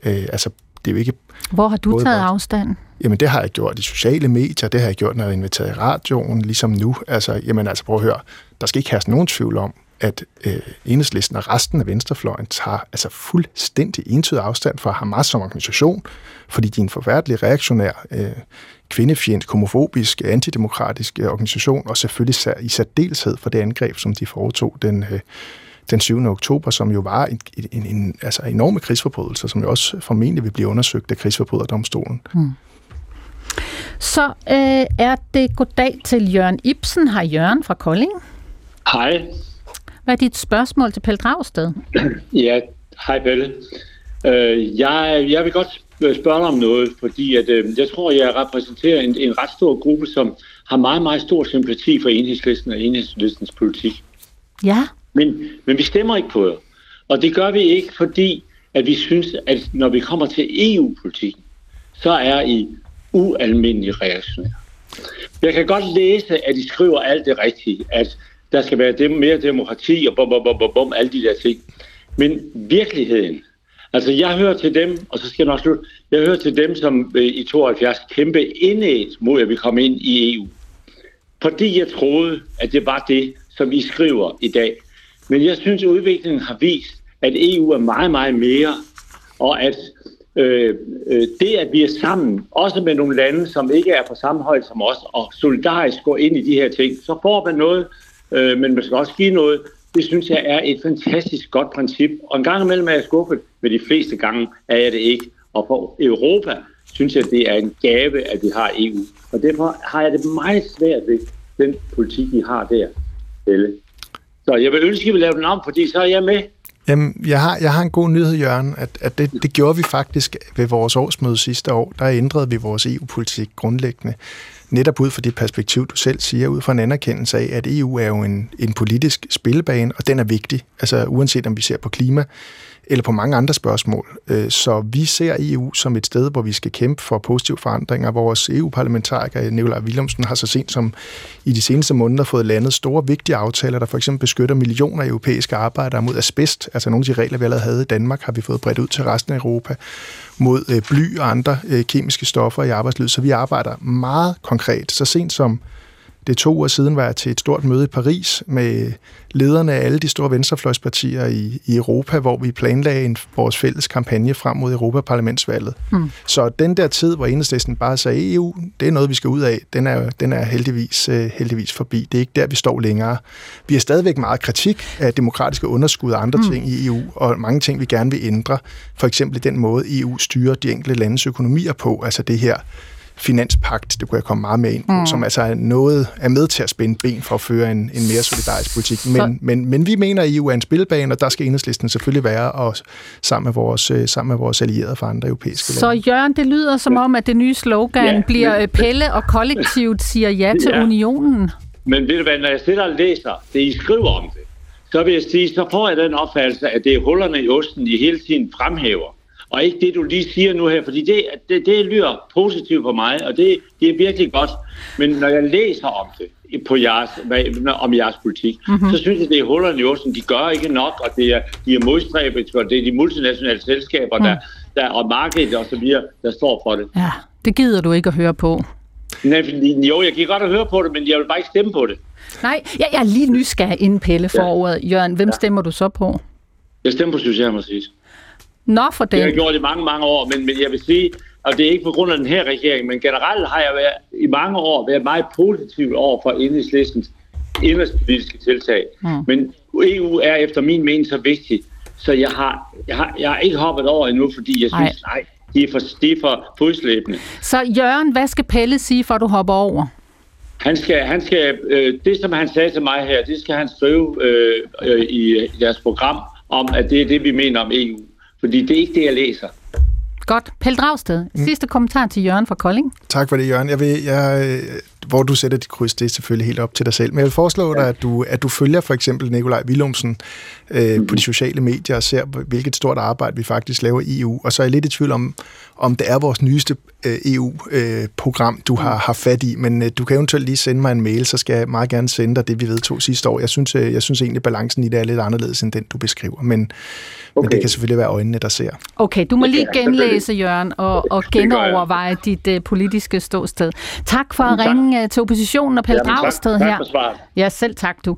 Speaker 2: det er jo ikke...
Speaker 3: Hvor har du taget afstand?
Speaker 2: Jamen, det har jeg gjort i sociale medier, det har jeg gjort, når jeg er inviteret i radioen, ligesom nu. Altså, prøv at høre, der skal ikke herske nogen tvivl om, at Enhedslisten og resten af venstrefløjen tager altså fuldstændig entydig afstand fra Hamas som organisation, fordi de er en forfærdelig reaktionær, kvindefjendsk, homofobisk, antidemokratisk organisation, og selvfølgelig i særdeleshed for det angreb, som de foretog den 7. oktober, som jo var en enorme krigsforbrydelser, som jo også formentlig vil blive undersøgt af krigsforbryderdomstolen.
Speaker 3: Så er det goddag til Jørgen Ibsen. Hej Jørgen fra Kolding.
Speaker 6: Hej.
Speaker 3: Hvad er dit spørgsmål til Pelle Dragsted?
Speaker 6: Ja, hej Pelle. Jeg vil godt spørge dig om noget, fordi at, jeg tror, jeg repræsenterer en ret stor gruppe, som har meget, meget stor sympati for Enhedslisten og Enhedslistens politik.
Speaker 3: Ja.
Speaker 6: Men vi stemmer ikke på det. Og det gør vi ikke, fordi at vi synes, at når vi kommer til EU-politikken, så er I ualmindelig reaktionære. Jeg kan godt læse, at I skriver alt det rigtige, at der skal være mere demokrati og alle de der ting. Men virkeligheden, altså jeg hører til dem, og så skal jeg nok slutte, jeg hører til dem, som i 72 kæmpe indædt mod, at vi kom ind i EU. Fordi jeg troede, at det var det, som I skriver i dag. Men jeg synes, at udviklingen har vist, at EU er meget, meget mere, og at det, at vi er sammen, også med nogle lande, som ikke er på samme højde som os, og solidarisk går ind i de her ting, så får man noget, men man skal også give noget. Det synes jeg er et fantastisk godt princip. Og en gang imellem er jeg skuffet, men de fleste gange er jeg det ikke. Og for Europa synes jeg, det er en gave, at vi har EU. Og derfor har jeg det meget svært ved den politik, vi har der. Så jeg vil ønske, at vi vil lave den om, fordi så er jeg med.
Speaker 2: Jamen, jeg har en god nyhed, Jørgen, at det gjorde vi faktisk ved vores årsmøde sidste år. Der ændrede vi vores EU-politik grundlæggende. Netop ud fra det perspektiv, du selv siger, ud fra en anerkendelse af, at EU er jo en politisk spillebane, og den er vigtig, altså uanset om vi ser på klima eller på mange andre spørgsmål. Så vi ser EU som et sted, hvor vi skal kæmpe for positive forandringer. Vores EU-parlamentariker, Nikolaj Villumsen, har så sent som i de seneste måneder fået landet store, vigtige aftaler, der for eksempel beskytter millioner af europæiske arbejdere mod asbest. Altså nogle af de regler, vi allerede havde i Danmark, har vi fået bredt ud til resten af Europa. mod bly og andre kemiske stoffer i arbejdslivet. Så vi arbejder meget konkret. Så sent som det er 2 uger siden, var jeg til et stort møde i Paris med lederne af alle de store venstrefløjspartier i Europa, hvor vi planlagde vores fælles kampagne frem mod Europaparlamentsvalget. Så den der tid, hvor Enhedslisten bare sagde, EU, det er noget, vi skal ud af, den er heldigvis forbi. Det er ikke der, vi står længere. Vi har stadigvæk meget kritik af demokratiske underskud og andre ting i EU, og mange ting, vi gerne vil ændre. For eksempel den måde, EU styrer de enkelte landes økonomier på, altså det her finanspagt, det kunne jeg komme meget mere ind på, som altså er med til at spænde ben for at føre en mere solidarisk politik. Men vi mener, at EU er en spilbane, og der skal Enhedslisten selvfølgelig være, og sammen med vores allierede fra andre europæiske lande.
Speaker 3: Så Jørgen, det lyder som om, at det nye slogan bliver Pelle og kollektivt siger ja til unionen.
Speaker 6: Men ved du hvad, når jeg sidder og læser det, I skriver om det, så vil jeg sige, så får jeg den opfattelse, at det er hullerne i osten, I hele tiden fremhæver. Og ikke det, du lige siger nu her, fordi det lyder positivt for mig, og det er virkelig godt. Men når jeg læser om det, om jeres politik, så synes jeg, det er hullerne i osten. De gør ikke nok, og de er modstræbigt, og det er de multinationale selskaber, der og markedet og så videre, der står for det.
Speaker 3: Ja, det gider du ikke at høre på.
Speaker 6: Jo, jeg kan godt at høre på det, men jeg vil bare ikke stemme på det.
Speaker 3: Nej, jeg er lige nysgerrig inden Pelle for ordet. Jørgen, hvem stemmer du så på?
Speaker 6: Jeg stemmer på Socialdemokratiet.
Speaker 3: Nå, for det.
Speaker 6: Det har jeg gjort i mange, mange år, men jeg vil sige, og det er ikke på grund af den her regering, men generelt har jeg i mange år været meget positiv over for Enhedslistens indenrigspolitiske tiltag. Men EU er efter min mening så vigtig, så jeg har ikke hoppet over endnu, fordi jeg synes, de er for fodslæbende.
Speaker 3: Så Jørgen, hvad skal Pelle sige, for du hopper over?
Speaker 6: Han skal det, som han sagde til mig her, det skal han skrive i deres program om, at det er det, vi mener om EU. Fordi det er ikke det, jeg læser.
Speaker 3: Godt. Pelle Dragsted, sidste kommentar til Jørgen fra Kolding.
Speaker 2: Tak for det, Jørgen. Hvor du sætter dit kryds, det er selvfølgelig helt op til dig selv. Men jeg vil foreslå dig, at du følger for eksempel Nikolaj Villumsen på de sociale medier og ser, hvilket stort arbejde vi faktisk laver i EU. Og så er jeg lidt i tvivl om det er vores nyeste EU-program, du har fat i. Men du kan eventuelt lige sende mig en mail, så skal jeg meget gerne sende dig det, vi vedtog sidste år. Jeg synes egentlig, balancen i det er lidt anderledes end den, du beskriver. Men det kan selvfølgelig være øjnene, der ser. Okay,
Speaker 3: du må lige genlæse, Jørgen, og genoverveje dit politiske ståsted. Tak for at ringe til oppositionen og Pelle Dragsted her.
Speaker 6: Tak for svaret.
Speaker 3: Ja, selv tak du.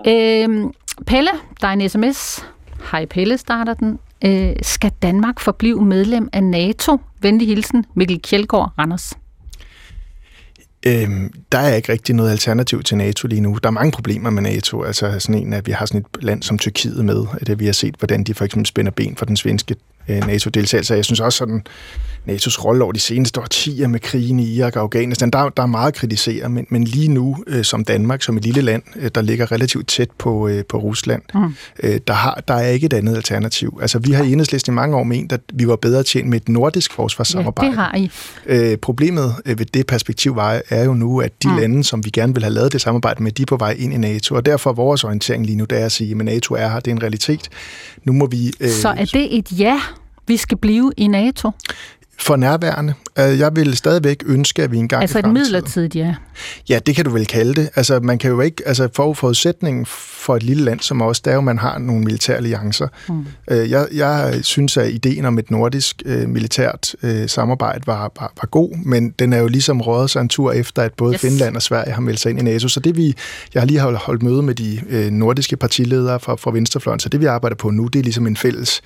Speaker 3: Pelle, der er en sms. Hej Pelle, starter den. Skal Danmark forblive medlem af NATO? Venlig hilsen, Mikkel Kjeldgaard, Randers.
Speaker 2: Der er ikke rigtig noget alternativ til NATO lige nu. Der er mange problemer med NATO. Altså sådan en, at vi har sådan et land som Tyrkiet med. At vi har set, hvordan de for eksempel spænder ben for den svenske NATO-deltagelse. Jeg synes også sådan, NATO's rolle over de seneste årtier med krigen i Irak og Afghanistan, der er meget at kritisere, men lige nu som Danmark, som et lille land, der ligger relativt tæt på Rusland, der er ikke et andet alternativ. Altså vi har i Enhedslisten i mange år ment, at vi var bedre tjent med et nordisk forsvarssamarbejde.
Speaker 3: Ja, det har I.
Speaker 2: Problemet ved det perspektiv er jo nu, at de lande, som vi gerne vil have lavet det samarbejde med, de er på vej ind i NATO, og derfor vores orientering lige nu, det er at sige, at NATO er her, det er en realitet. Nu må vi...
Speaker 3: Så er det et ja, vi skal blive i NATO?
Speaker 2: For nærværende. Jeg vil stadigvæk ønske, at vi engang
Speaker 3: altså
Speaker 2: i fremtiden...
Speaker 3: Altså et midlertidigt ja?
Speaker 2: Ja, det kan du vel kalde det. Altså man kan jo ikke... Altså forudsætningen for et lille land som os, det er jo, at man har nogle militære alliancer. Jeg synes, at ideen om et nordisk militært samarbejde var god, men den er jo ligesom røget sig en tur efter, at både Finland og Sverige har meldt sig ind i NATO. Så det jeg har lige holdt møde med de nordiske partiledere fra Venstrefløjen, så det vi arbejder på nu, det er ligesom en fælles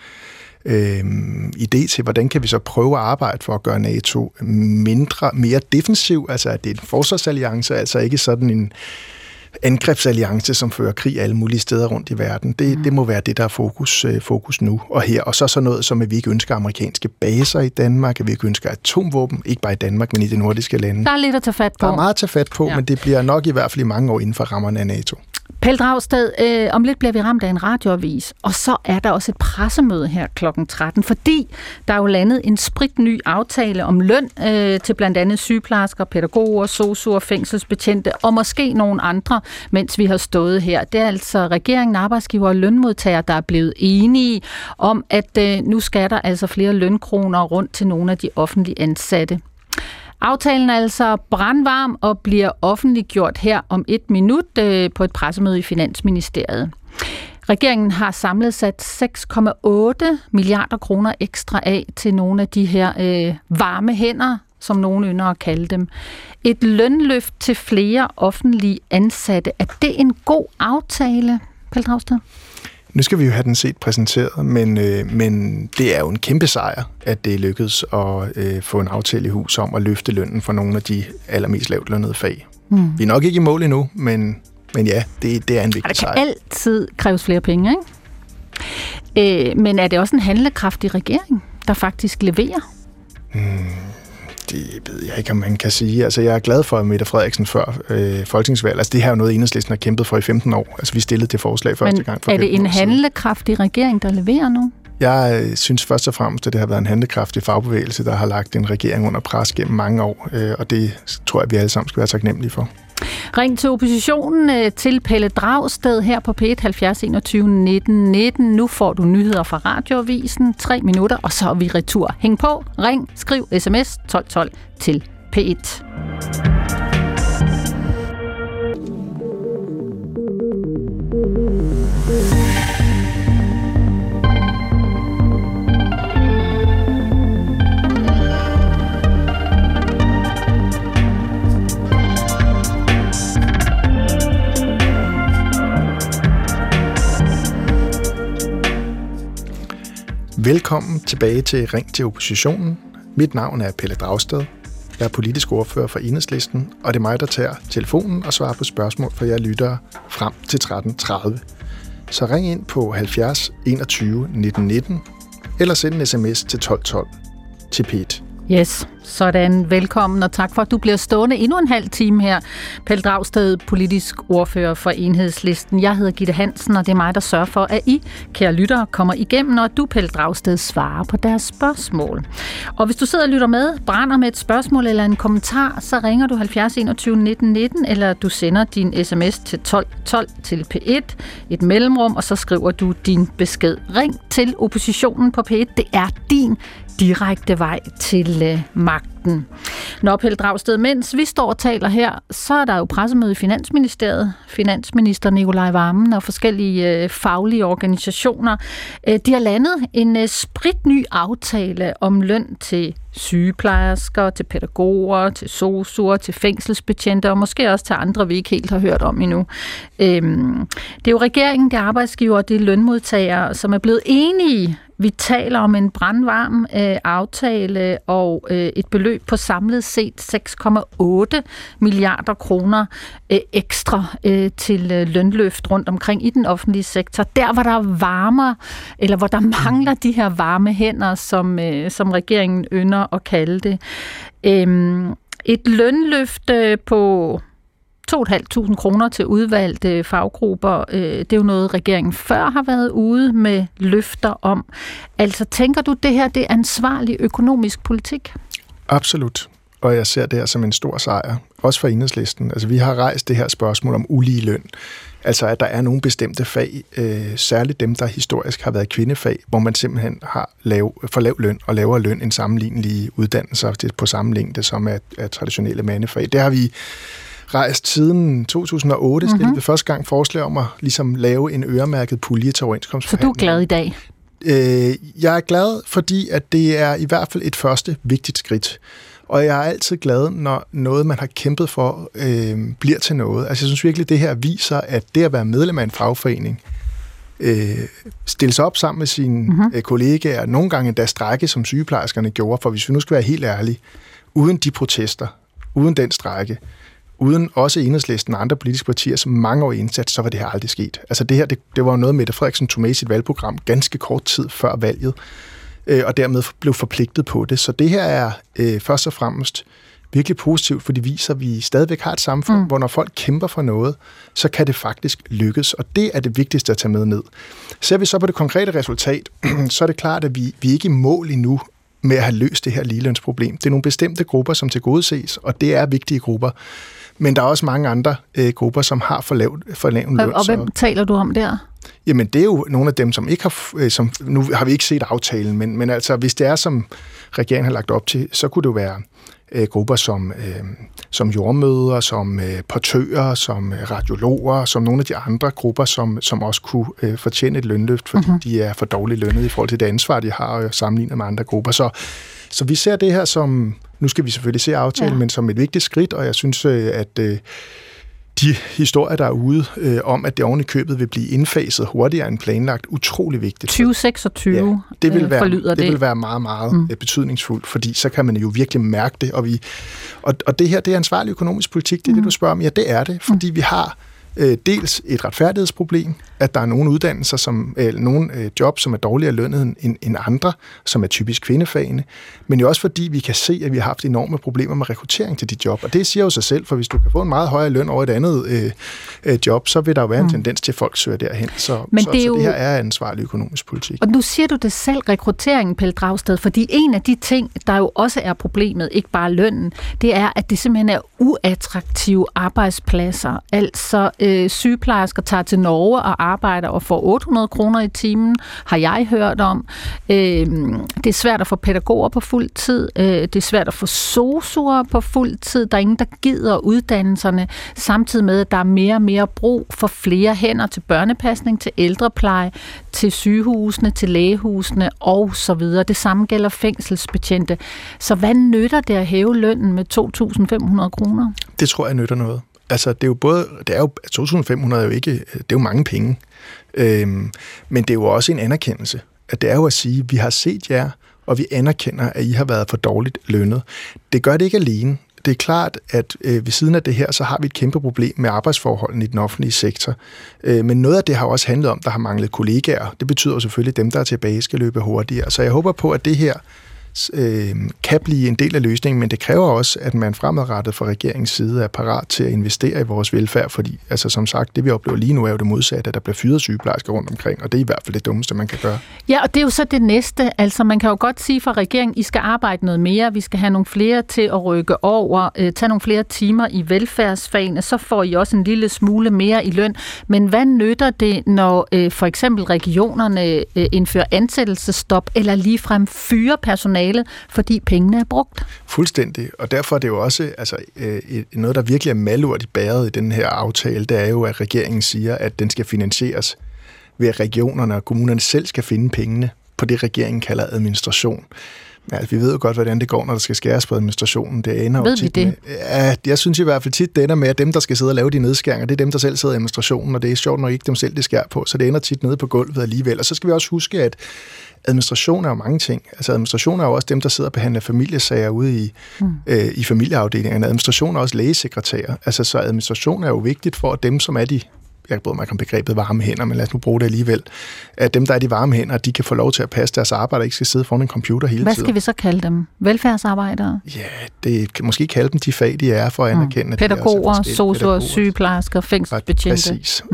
Speaker 2: idé til, hvordan kan vi så prøve at arbejde for at gøre NATO mere defensiv, altså at det er en forsvarsalliance, altså ikke sådan en angrebsalliance, som fører krig alle mulige steder rundt i verden. Det må være det, der er fokus nu og her. Og så noget som, at vi ikke ønsker amerikanske baser i Danmark, at vi ikke ønsker atomvåben, ikke bare i Danmark, men i de nordiske lande.
Speaker 3: Der er lidt at tage fat på.
Speaker 2: Der er meget at tage fat på, men det bliver nok i hvert fald i mange år inden for rammerne af NATO.
Speaker 3: Pelle Dragsted, om lidt bliver vi ramt af en radioavis, og så er der også et pressemøde her kl. 13, fordi der er jo landet en spritny aftale om løn til blandt andet sygeplejersker, pædagoger, sosuer, fængselsbetjente og måske nogle andre, mens vi har stået her. Det er altså regeringen, arbejdsgiver og lønmodtagere, der er blevet enige om, at nu skal der altså flere lønkroner rundt til nogle af de offentlige ansatte. Aftalen er altså brandvarm og bliver offentliggjort her om 1 minut på et pressemøde i Finansministeriet. Regeringen har samlet sat 6,8 milliarder kroner ekstra af til nogle af de her varme hænder, som nogen ynder at kalde dem. Et lønløft til flere offentlige ansatte. Er det en god aftale, Pelle Dragsted?
Speaker 2: Nu skal vi jo have den set præsenteret, men det er jo en kæmpe sejr, at det lykkedes at få en aftale i hus om at løfte lønnen for nogle af de allermest lavt lønnede fag. Vi er nok ikke i mål endnu, men ja, det er en vigtig sejr.
Speaker 3: Der kan altid kræves flere penge, ikke? Men er det også en handlekraftig regering, der faktisk leverer?
Speaker 2: Det ved jeg ikke, om man kan sige. Altså, jeg er glad for, at Mette Frederiksen før folketingsvalg. Altså, det her er jo noget, Enhedslisten har kæmpet for i 15 år. Altså, vi stillede det forslag første gang for 15 år siden.
Speaker 3: Men er det en handlekraftig regering, der leverer nu?
Speaker 2: Jeg synes først og fremmest, at det har været en handlekraftig fagbevægelse, der har lagt en regering under pres gennem mange år. Og det tror jeg, vi alle sammen skal være taknemmelige for.
Speaker 3: Ring til oppositionen til Pelle Dragsted her på P1 70 21 19 19. Nu får du nyheder fra Radioavisen. 3 minutter, og så er vi retur. Hæng på, ring, skriv sms 1212 til P1.
Speaker 2: Velkommen tilbage til Ring til oppositionen. Mit navn er Pelle Dragsted. Jeg er politisk ordfører for Enhedslisten, og det er mig, der tager telefonen og svarer på spørgsmål fra jer lyttere frem til 13.30. Så ring ind på 70 21 19 19, eller send en sms til 1212 til P1.
Speaker 3: Yes, sådan. Velkommen, og tak for, at du bliver stående endnu en halv time her. Pelle Dragsted, politisk ordfører for Enhedslisten. Jeg hedder Gitte Hansen, og det er mig, der sørger for, at I, kære lyttere, kommer igennem, når du, Pelle Dragsted, svarer på deres spørgsmål. Og hvis du sidder og lytter med, brænder med et spørgsmål eller en kommentar, så ringer du 70 21 19 19, eller du sender din sms til 1212 til P1, et mellemrum, og så skriver du din besked. Ring til oppositionen på P1. Det er din direkte vej til magten. Når Pelle Dragsted, mens vi står og taler her, så er der jo pressemøde i Finansministeriet. Finansminister Nicolai Wammen og forskellige faglige organisationer. De har landet en spritny aftale om løn til sygeplejersker, til pædagoger, til sosuer, til fængselsbetjente og måske også til andre, vi ikke helt har hørt om endnu. Det er jo regeringen, det er arbejdsgiver, det er lønmodtagere, som er blevet enige. Vi taler om en brandvarm aftale og et beløb på samlet set 6,8 milliarder kroner ekstra til lønløft rundt omkring i den offentlige sektor. Der, hvor der varmer, eller hvor der mangler de her varme hænder, som regeringen ynder at kalde det. Et lønløft på 2.500 kroner til udvalgte faggrupper. Det er jo noget, regeringen før har været ude med løfter om. Altså, tænker du, det her det er ansvarlig økonomisk politik?
Speaker 2: Absolut. Og jeg ser det her som en stor sejr. Også for Enhedslisten. Altså, vi har rejst det her spørgsmål om ulige løn. Altså, at der er nogle bestemte fag, særligt dem, der historisk har været kvindefag, hvor man simpelthen har for lav løn og lavere løn end sammenlignelige uddannelser på samme længde, som er traditionelle mandefag. Det har vi rejst siden 2008, stillede vi første gang forslag om at ligesom lave en øremærket pulje til overenskomstforhandlinger.
Speaker 3: Så du er glad i dag?
Speaker 2: Jeg er glad, fordi at det er i hvert fald et første vigtigt skridt. Og jeg er altid glad, når noget, man har kæmpet for, bliver til noget. Altså jeg synes virkelig, det her viser, at det at være medlem af en fagforening, stille sig op sammen med sine kollegaer, nogle gange endda strække, som sygeplejerskerne gjorde, for hvis vi nu skal være helt ærlige, uden de protester, uden den strække, uden også Enhedslisten og andre politiske partier, som mange år indsats, så var det her aldrig sket. Altså det her, det var noget, Mette Frederiksen tog med i sit valgprogram ganske kort tid før valget, og dermed blev forpligtet på det. Så det her er først og fremmest virkelig positivt, for det viser, at vi stadigvæk har et samfund, hvor når folk kæmper for noget, så kan det faktisk lykkes, og det er det vigtigste at tage med ned. Ser vi så på det konkrete resultat, så er det klart, at vi ikke er i mål endnu med at have løst det her ligelønsproblem. Det er nogle bestemte grupper, som tilgodeses, og det er vigtige grupper. Men der er også mange andre grupper, som har for lav løn.
Speaker 3: Og hvem taler du om der?
Speaker 2: Jamen, det er jo nogle af dem, som ikke har... nu har vi ikke set aftalen, men altså, hvis det er, som regeringen har lagt op til, så kunne det jo være grupper som jordmødre, som portører, som radiologer, som nogle af de andre grupper, som også kunne fortjene et lønløft, fordi de er for dårligt lønnet i forhold til det ansvar, de har sammenlignet med andre grupper. Så vi ser det her som, nu skal vi selvfølgelig se aftalen, men som et vigtigt skridt, og jeg synes, at de historier, der er ude om, at det oven i købet vil blive indfaset hurtigere end planlagt, utrolig vigtigt.
Speaker 3: 2026
Speaker 2: det vil være,
Speaker 3: forlyder det.
Speaker 2: Det vil være meget, meget betydningsfuldt, fordi så kan man jo virkelig mærke det. Og det her, det er ansvarlig økonomisk politik, det er det, du spørger om. Ja, det er det, fordi vi har dels et retfærdighedsproblem, at der er nogle uddannelser, nogle job, som er dårligere lønnet end andre, som er typisk kvindefagene, men jo også fordi vi kan se, at vi har haft enorme problemer med rekruttering til de job, og det siger jo sig selv, for hvis du kan få en meget højere løn over et andet job, så vil der jo være en tendens til, at folk søger derhen. Så det her er ansvarlig økonomisk politik.
Speaker 3: Og nu siger du det selv, rekrutteringen, Pelle Dragsted, fordi en af de ting, der jo også er problemet, ikke bare lønnen, det er, at det simpelthen er uattraktive arbejdspladser. Altså sygeplejersker tager til Norge og arbejder og får 800 kroner i timen, har jeg hørt om. Det er svært at få pædagoger på fuld tid. Det er svært at få sosuer på fuld tid. Der er ingen, der gider uddannelserne, samtidig med, at der er mere og mere brug for flere hænder til børnepasning, til ældrepleje, til sygehusene, til lægehusene og så videre. Det samme gælder fængselsbetjente. Så hvad nytter det at hæve lønnen med 2.500 kroner?
Speaker 2: Det tror jeg nytter noget. Altså, det er jo 2.500 er jo ikke, det er jo mange penge, men det er jo også en anerkendelse. At det er jo at sige, at vi har set jer, og vi anerkender, at I har været for dårligt lønnet. Det gør det ikke alene. Det er klart, at ved siden af det her, så har vi et kæmpe problem med arbejdsforholdene i den offentlige sektor. Men noget af det har også handlet om, der har manglet kollegaer. Det betyder jo selvfølgelig, at dem, der er tilbage, skal løbe hurtigere. Så jeg håber på, at det her kan blive en del af løsningen, men det kræver også, at man fremadrettet fra regeringens side er parat til at investere i vores velfærd, fordi altså, som sagt, det vi oplever lige nu er jo det modsatte, at der bliver fyret sygeplejersker rundt omkring, og det er i hvert fald det dummeste, man kan gøre.
Speaker 3: Ja, og det er jo så det næste. Altså, man kan jo godt sige fra regeringen, I skal arbejde noget mere, vi skal have nogle flere til at rykke over, tage nogle flere timer i velfærdsfagene, så får I også en lille smule mere i løn. Men hvad nytter det, når for eksempel regionerne indfører ansættelsesstop, eller ligefrem fyrer personale, fordi pengene er brugt?
Speaker 2: Fuldstændig, og derfor er det jo også noget, der virkelig er malurt i bæret i den her aftale, det er jo, at regeringen siger, at den skal finansieres ved, at regionerne og kommunerne selv skal finde pengene på det, regeringen kalder administration. Men altså, vi ved jo godt, hvordan det går, når der skal skæres på administrationen. Det ender jo tit med, jeg synes i hvert fald tit, det ender med, at dem, der skal sidde og lave de nedskæringer, det er dem, der selv sidder i administrationen, og det er sjovt nok ikke dem selv, det skærer på, så det ender tit nede på gulvet alligevel. Og så skal vi også huske, at administration er jo mange ting. Altså administration er jo også dem, der sidder og behandler familiesager ude i familieafdelingerne. Administration er også lægesekretærer. Altså så administration er jo vigtigt for, at dem, som er de, jeg bryder mig om begrebet varme hænder, men lad os nu bruge det alligevel, at dem, der er de varme hænder, de kan få lov til at passe deres arbejde og ikke skal sidde foran en computer hele tiden.
Speaker 3: Hvad skal vi så kalde dem? Velfærdsarbejdere?
Speaker 2: Ja, det kan måske kalde dem de fag, de er for at anerkende.
Speaker 3: Pædagoger, sosuer, sygeplejersker, fængselsbetjente.
Speaker 2: Præcis.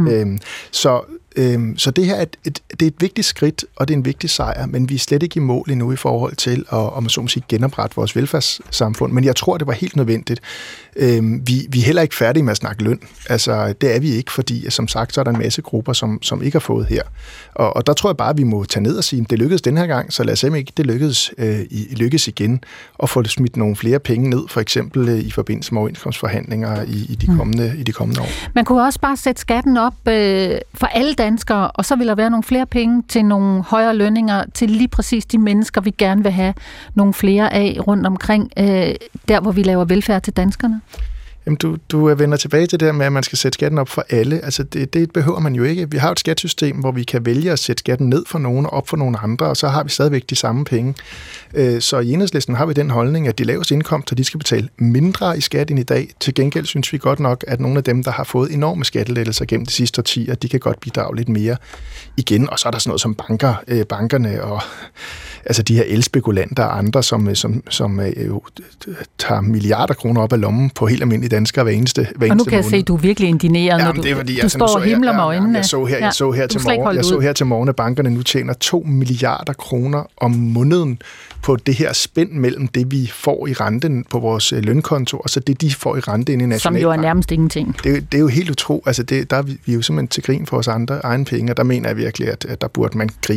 Speaker 2: Så det her det er et vigtigt skridt, og det er en vigtig sejr, men vi er slet ikke i mål endnu i forhold til at, om man så må sige, genoprette vores velfærdssamfund. Men jeg tror, det var helt nødvendigt. Vi er heller ikke færdige med at snakke løn. Altså, det er vi ikke, fordi som sagt, så er der en masse grupper, som ikke har fået her. Og der tror jeg bare, at vi må tage ned og sige, at det lykkedes den her gang, så lad os ikke det lykkes igen, og få smidt nogle flere penge ned, for eksempel i forbindelse med overenskomstforhandlinger i de kommende år.
Speaker 3: Man kunne også bare sætte skatten op for alle danskere, og så vil der være nogle flere penge til nogle højere lønninger til lige præcis de mennesker, vi gerne vil have nogle flere af rundt omkring, der hvor vi laver velfærd til danskerne.
Speaker 2: Jamen, du vender tilbage til det der med, at man skal sætte skatten op for alle. Altså, det behøver man jo ikke. Vi har et skattesystem, hvor vi kan vælge at sætte skatten ned for nogen og op for nogle andre, og så har vi stadigvæk de samme penge. Så i Enhedslisten har vi den holdning, at de laveste indkomster, de skal betale mindre i skat end i dag. Til gengæld synes vi godt nok, at nogle af dem, der har fået enorme skattelettelser gennem de sidste årtier, de kan godt bidrage lidt mere igen. Og så er der sådan noget som bankerne og altså de her elspekulanter og andre, som tager milliarder kroner op af lommen på helt almindelige danskere hver eneste
Speaker 3: Og nu kan jeg se, at du er virkelig indigneret, når du står og himler med øjnene.
Speaker 2: Jeg så her til morgen, at bankerne nu tjener 2 milliarder kroner om måneden på det her spænd mellem det, vi får i renten på vores lønkonto, og så det, de får i rente inde i Nationalbanken.
Speaker 3: Som jo er nærmest ingenting.
Speaker 2: Det er jo helt utroligt. Altså der er vi jo simpelthen til grin for vores egen penge, og der mener jeg virkelig, at der burde man gribe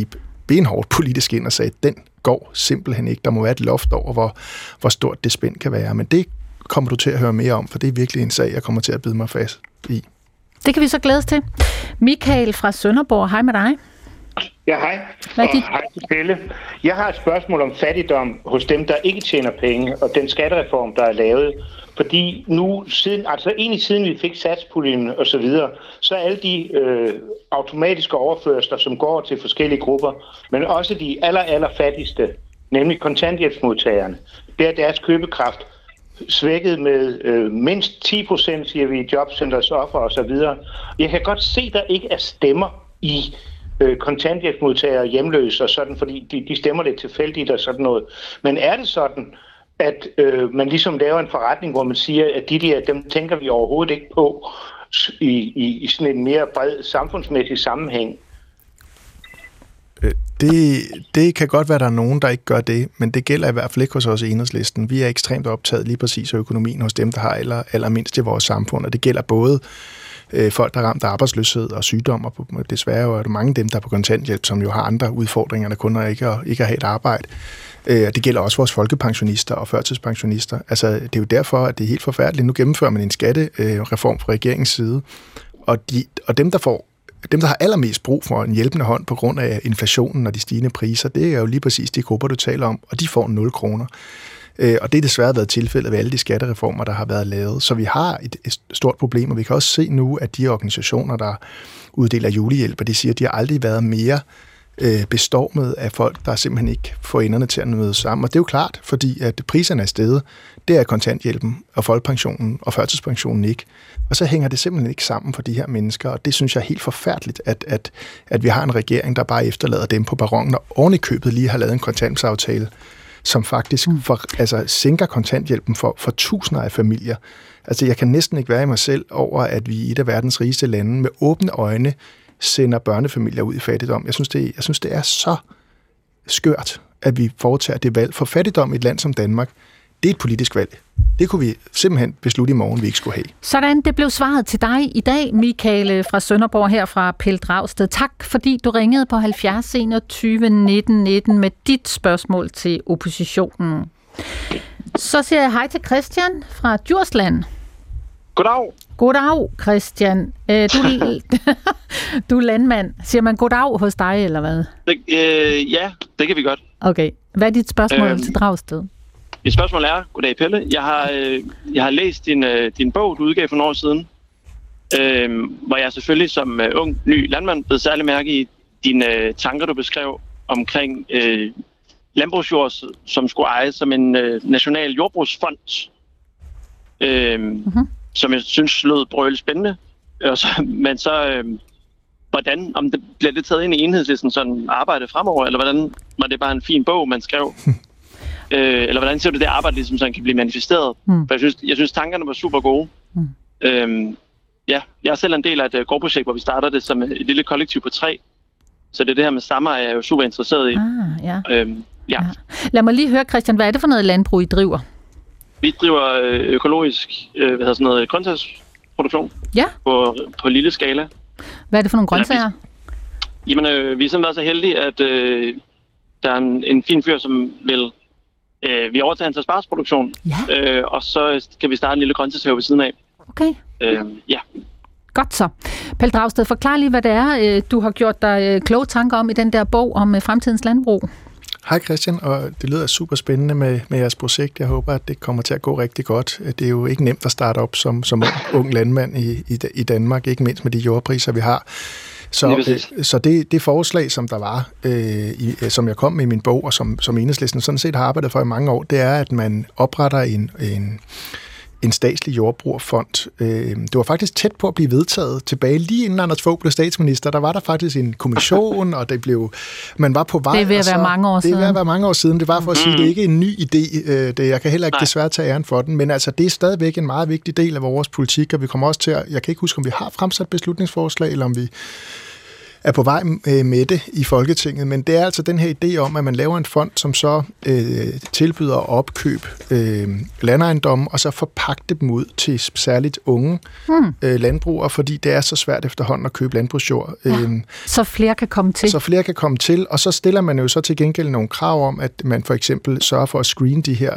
Speaker 2: benhårdt politisk ind og sagde, at den går simpelthen ikke. Der må være et loft over, hvor stort det spænd kan være. Men det kommer du til at høre mere om, for det er virkelig en sag, jeg kommer til at bide mig fast i.
Speaker 3: Det kan vi så glædes til. Michael fra Sønderborg, hej med dig.
Speaker 7: Ja, hej. Hej til Pelle. Jeg har et spørgsmål om fattigdom hos dem, der ikke tjener penge, og den skattereform, der er lavet. Fordi nu, siden vi fik satspuljen og så videre, så er alle de automatiske overførsler, som går til forskellige grupper, men også de aller fattigste, nemlig kontanthjælpsmodtagerne, der er deres købekraft svækket med mindst 10%, siger vi, i jobcentrets offer og så videre. Jeg kan godt se, der ikke er stemmer i kontanthjælpsmodtagere og hjemløse og sådan, fordi de stemmer lidt tilfældigt og sådan noget. Men er det sådan, at man ligesom laver en forretning, hvor man siger, at dem tænker vi overhovedet ikke på i sådan en mere bred samfundsmæssig sammenhæng?
Speaker 2: Det kan godt være, at der er nogen, der ikke gør det, men det gælder i hvert fald ikke hos os i Enhedslisten. Vi er ekstremt optaget lige præcis af økonomien hos dem, der har allermindst i vores samfund, og det gælder både folk, der er ramt af arbejdsløshed og sygdom, og desværre er der mange af dem, der er på kontanthjælp, som jo har andre udfordringer, der kun ikke at have et arbejde. Og det gælder også vores folkepensionister og førtidspensionister. Altså, det er jo derfor, at det er helt forfærdeligt. Nu gennemfører man en skattereform fra regeringens side, og dem, der har allermest brug for en hjælpende hånd på grund af inflationen og de stigende priser, det er jo lige præcis de grupper, du taler om, og de får 0 kroner. Og det er desværre været tilfældet ved alle de skattereformer, der har været lavet. Så vi har et stort problem, og vi kan også se nu, at de organisationer, der uddeler julehjælp, og de siger, at de har aldrig været mere bestormet af folk, der simpelthen ikke får enderne til at møde sammen. Og det er jo klart, fordi at priserne er steget. Det er kontanthjælpen og folkepensionen og førtidspensionen ikke. Og så hænger det simpelthen ikke sammen for de her mennesker, og det synes jeg er helt forfærdeligt, at vi har en regering, der bare efterlader dem på perronen, og oven i købet lige har lavet en kontanthjælpsaftale, som faktisk sænker kontanthjælpen for tusinder af familier. Altså, jeg kan næsten ikke være i mig selv over, at vi i et af verdens rigeste lande med åbne øjne sender børnefamilier ud i fattigdom. Jeg synes, det er så skørt, at vi foretager det valg. For fattigdom i et land som Danmark, det er et politisk valg. Det kunne vi simpelthen beslutte i morgen, vi ikke skulle have.
Speaker 3: Sådan, det blev svaret til dig i dag, Michael fra Sønderborg her fra Pelle Dragsted. Tak, fordi du ringede på 70 21 19 19 med dit spørgsmål til oppositionen. Så siger jeg hej til Christian fra Djursland.
Speaker 8: Goddag.
Speaker 3: Goddag, Christian. Du er landmand. Siger man goddag hos dig, eller hvad?
Speaker 8: Ja, det kan vi godt.
Speaker 3: Okay. Hvad er dit spørgsmål til Dragsted?
Speaker 8: Mit spørgsmål er, goddag Pelle, jeg har læst din bog, du udgav for nogle år siden, hvor jeg selvfølgelig som ung, ny landmand blev særlig mærke i dine tanker, du beskrev omkring landbrugsjord, som skulle ejes som en national jordbrugsfond, som jeg synes lød brøle spændende. Men så, hvordan, om det bliver det taget ind i Enhedslisten sådan arbejde fremover, eller hvordan var det bare en fin bog, man skrev? Eller hvordan ser du det arbejde, ligesom sådan kan blive manifesteret? For jeg synes tankerne var super gode. Ja, jeg er selv en del af et gårdprojekt, hvor vi starter det som et lille kollektiv på 3. Så det her med stammer er jeg jo super interesseret i. Ja.
Speaker 3: Lad mig lige høre, Christian, hvad er det for noget landbrug, I driver?
Speaker 8: Vi driver økologisk grøntsagsproduktion på lille skala.
Speaker 3: Hvad er det for nogle grøntsager?
Speaker 8: Vi har simpelthen været så heldige, at der er en fin fyr, som vil vi overtager hans aspargesproduktion, og så kan vi starte en lille grøntsagshave ved siden af.
Speaker 3: Okay.
Speaker 8: Ja.
Speaker 3: Godt så. Pelle Dragsted, forklar lige, hvad det er, du har gjort dig kloge tanker om i den der bog om fremtidens landbrug.
Speaker 2: Hej Christian, og det lyder super spændende med jeres projekt. Jeg håber, at det kommer til at gå rigtig godt. Det er jo ikke nemt at starte op som ung landmand i Danmark, ikke mindst med de jordpriser, vi har. Så det forslag, som der var, som jeg kom med i min bog, og som Enhedslisten sådan set har arbejdet for i mange år, det er, at man opretter en statslig jordbrugerfond. Det var faktisk tæt på at blive vedtaget tilbage, lige inden Anders Fogh blev statsminister. Der var der faktisk en kommission, og man var på vej.
Speaker 3: Det er ved at være mange år siden.
Speaker 2: Det er ved at være mange år siden. Det var for at sige, det er ikke en ny idé. Jeg kan heller ikke desværre tage æren for den, men altså, det er stadigvæk en meget vigtig del af vores politik, og vi kommer også til at, jeg kan ikke huske, om vi har fremsat beslutningsforslag, eller om vi er på vej med det i Folketinget, men det er altså den her idé om, at man laver en fond, som så tilbyder at opkøbe landejendomme, og så forpagte dem ud til særligt unge landbrugere, fordi det er så svært efterhånden at købe landbrugsjord.
Speaker 3: Så flere kan komme til.
Speaker 2: Så flere kan komme til, og så stiller man jo så til gengæld nogle krav om, at man for eksempel sørger for at screene de her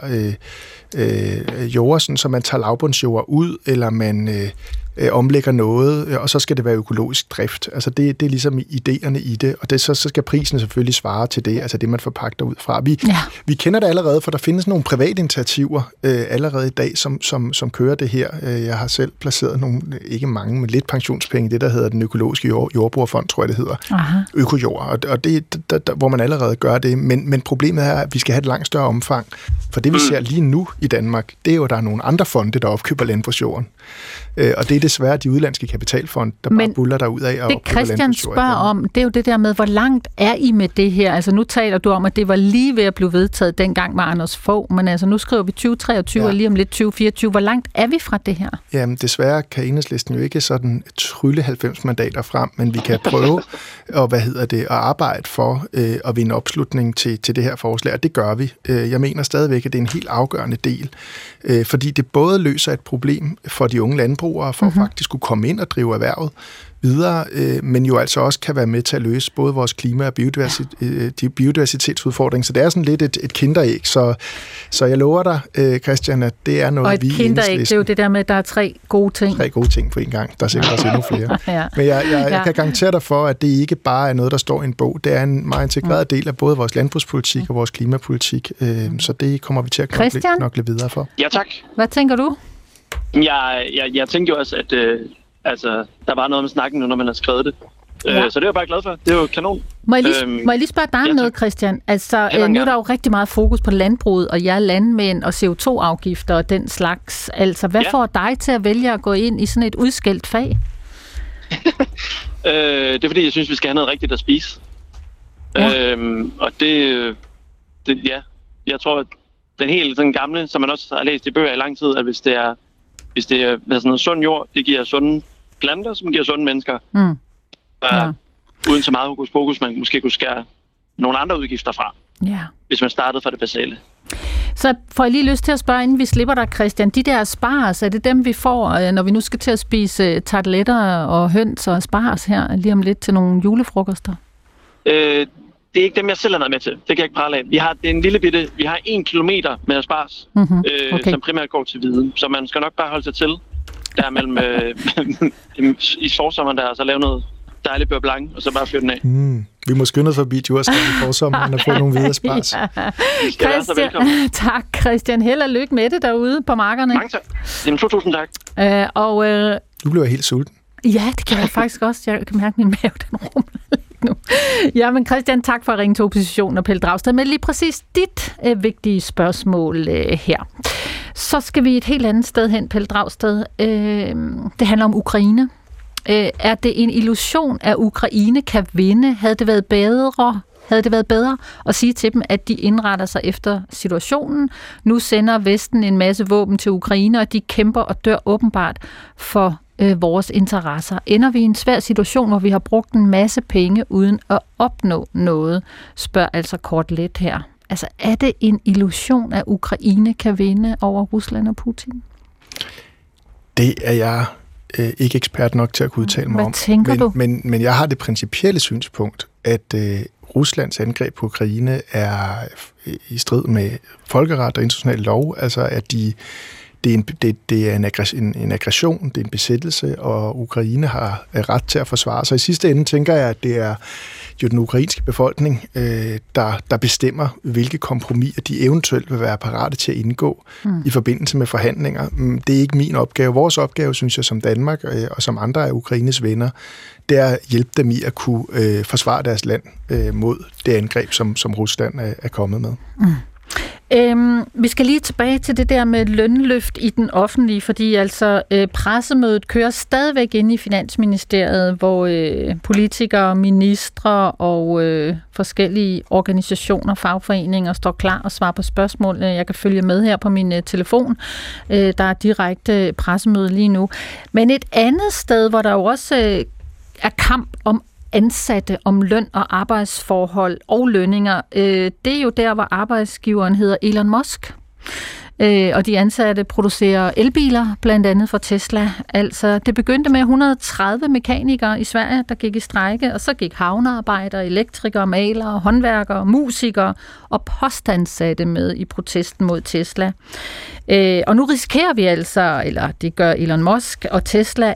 Speaker 2: jorder, sådan, så man tager lavbundsjord ud, eller man omlægger noget, og så skal det være økologisk drift. Altså det er ligesom idéerne i det, og så skal prisen selvfølgelig svare til det, altså det, man forpagter ud fra. Vi kender det allerede, for der findes nogle private initiativer allerede i dag, som kører det her. Jeg har selv placeret nogle, ikke mange, men lidt pensionspenge, det der hedder den økologiske jordbrugerfond, tror jeg det hedder. Økojord, og det hvor man allerede gør det, men problemet er, at vi skal have et langt større omfang, for det vi ser lige nu i Danmark, det er jo, at der er nogle andre fonde, der opkøber landbrugsjorden. Og det er desværre de udlandske kapitalfonde, der bare buller derud af.
Speaker 3: Og det Christian spørger om, det er jo det der med, hvor langt er I med det her? Altså nu taler du om, at det var lige ved at blive vedtaget dengang med Anders Fogh, men altså nu skriver vi 2023 og lige om lidt 2024. Hvor langt er vi fra det her?
Speaker 2: Jamen desværre kan Enhedslisten jo ikke sådan trylle 90 mandater frem, men vi kan prøve at arbejde for at vinde opslutning til det her forslag, og det gør vi. Jeg mener stadigvæk, at det er en helt afgørende del, fordi det både løser et problem for de unge landbrugere, for at faktisk kunne komme ind og drive erhvervet videre, men jo altså også kan være med til at løse både vores klima- og biodiversitetsudfordring. Så det er sådan lidt et kinderæg. Så jeg lover dig, Christian, at det er noget, vi i Enhedslisten... Og et kinderæg,
Speaker 3: det er jo det der med, at der er 3 gode ting.
Speaker 2: 3 gode ting på en gang. Der er sikkert også endnu flere. Men jeg kan garantere dig for, at det ikke bare er noget, der står i en bog. Det er en meget integreret del af både vores landbrugspolitik og vores klimapolitik. Så det kommer vi til at knokle videre for.
Speaker 8: Ja, tak.
Speaker 3: Hvad tænker du?
Speaker 8: Jeg tænkte jo også, at der var noget med snakken nu, når man har skrevet det. Så det er jeg bare glad for. Det er jo kanon.
Speaker 3: Må jeg lige spørge dig om noget, Christian? Altså, nu er der jo rigtig meget fokus på landbruget, og jer landmænd og CO2-afgifter og den slags. Altså, hvad får dig til at vælge at gå ind i sådan et udskældt fag?
Speaker 8: Det er fordi, jeg synes, vi skal have noget rigtigt at spise. Og jeg tror, at den helt sådan gamle, som man også har læst i bøger i lang tid, at hvis det er sådan noget sund jord, det giver sunde planter, som giver sunde mennesker. Uden så meget hokus pokus, man måske kunne skære nogle andre udgifter fra, hvis man startede fra det basale.
Speaker 3: Så får jeg lige lyst til at spørge, inden vi slipper dig, Christian, de der spars, er det dem, vi får, når vi nu skal til at spise tarteletter og høns og spars her lige om lidt til nogle julefrokoster?
Speaker 8: Det er ikke dem, jeg selv har været med til. Det kan jeg ikke prale af. Vi har 1 kilometer med spars, som primært går til viden. Så man skal nok bare holde sig til der mellem i forsommeren der, og så lave noget dejligt beurre blanc, og så bare fyre den af.
Speaker 2: Vi må skynde os forbi Djursland i forsommeren og få nogle videre spars.
Speaker 3: Christian, tak, Christian. Held og lykke med det derude på markerne.
Speaker 8: Mange tak. Jamen, 2.000 tak.
Speaker 2: Nu bliver jeg helt sulten.
Speaker 3: Ja, det kan jeg faktisk også. Jeg kan mærke, min mave, den rumler lidt nu. Ja, men Christian, tak for at ringe til oppositionen og Pelle Dragsted med lige præcis dit vigtige spørgsmål her. Så skal vi et helt andet sted hen, Pelle Dragsted. Det handler om Ukraine. Er det en illusion, at Ukraine kan vinde? Havde det været bedre at sige til dem, at de indretter sig efter situationen? Nu sender Vesten en masse våben til Ukraine, og de kæmper og dør åbenbart for vores interesser. Ender vi i en svær situation, hvor vi har brugt en masse penge uden at opnå noget? Spørger altså kort lidt her. Altså, er det en illusion, at Ukraine kan vinde over Rusland og Putin?
Speaker 2: Det er jeg ikke ekspert nok til at kunne udtale mig om.
Speaker 3: Hvad tænker du?
Speaker 2: Men jeg har det principielle synspunkt, at Ruslands angreb på Ukraine er i strid med folkeret og international lov, altså at det er en aggression, det er en besættelse, og Ukraine har ret til at forsvare sig. I sidste ende tænker jeg, at det er jo den ukrainske befolkning, der bestemmer, hvilke kompromiser de eventuelt vil være parate til at indgå i forbindelse med forhandlinger. Det er ikke min opgave. Vores opgave, synes jeg, som Danmark og som andre af Ukraines venner, det er at hjælpe dem i at kunne forsvare deres land mod det angreb, som Rusland er kommet med.
Speaker 3: Vi skal lige tilbage til det der med lønløft i den offentlige, fordi altså pressemødet kører stadigvæk inde i Finansministeriet, hvor politikere, ministre og forskellige organisationer, fagforeninger står klar og svarer på spørgsmål. Jeg kan følge med her på min telefon. Der er direkte pressemøde lige nu. Men et andet sted, hvor der jo også er kamp om ansatte om løn og arbejdsforhold og lønninger. Det er jo der, hvor arbejdsgiveren hedder Elon Musk. Og de ansatte producerer elbiler, blandt andet for Tesla. Altså, det begyndte med 130 mekanikere i Sverige, der gik i strejke, og så gik havnearbejdere, elektrikere, malere, håndværkere, musikere og postansatte med i protesten mod Tesla. Og nu risikerer vi altså, eller det gør Elon Musk og Tesla,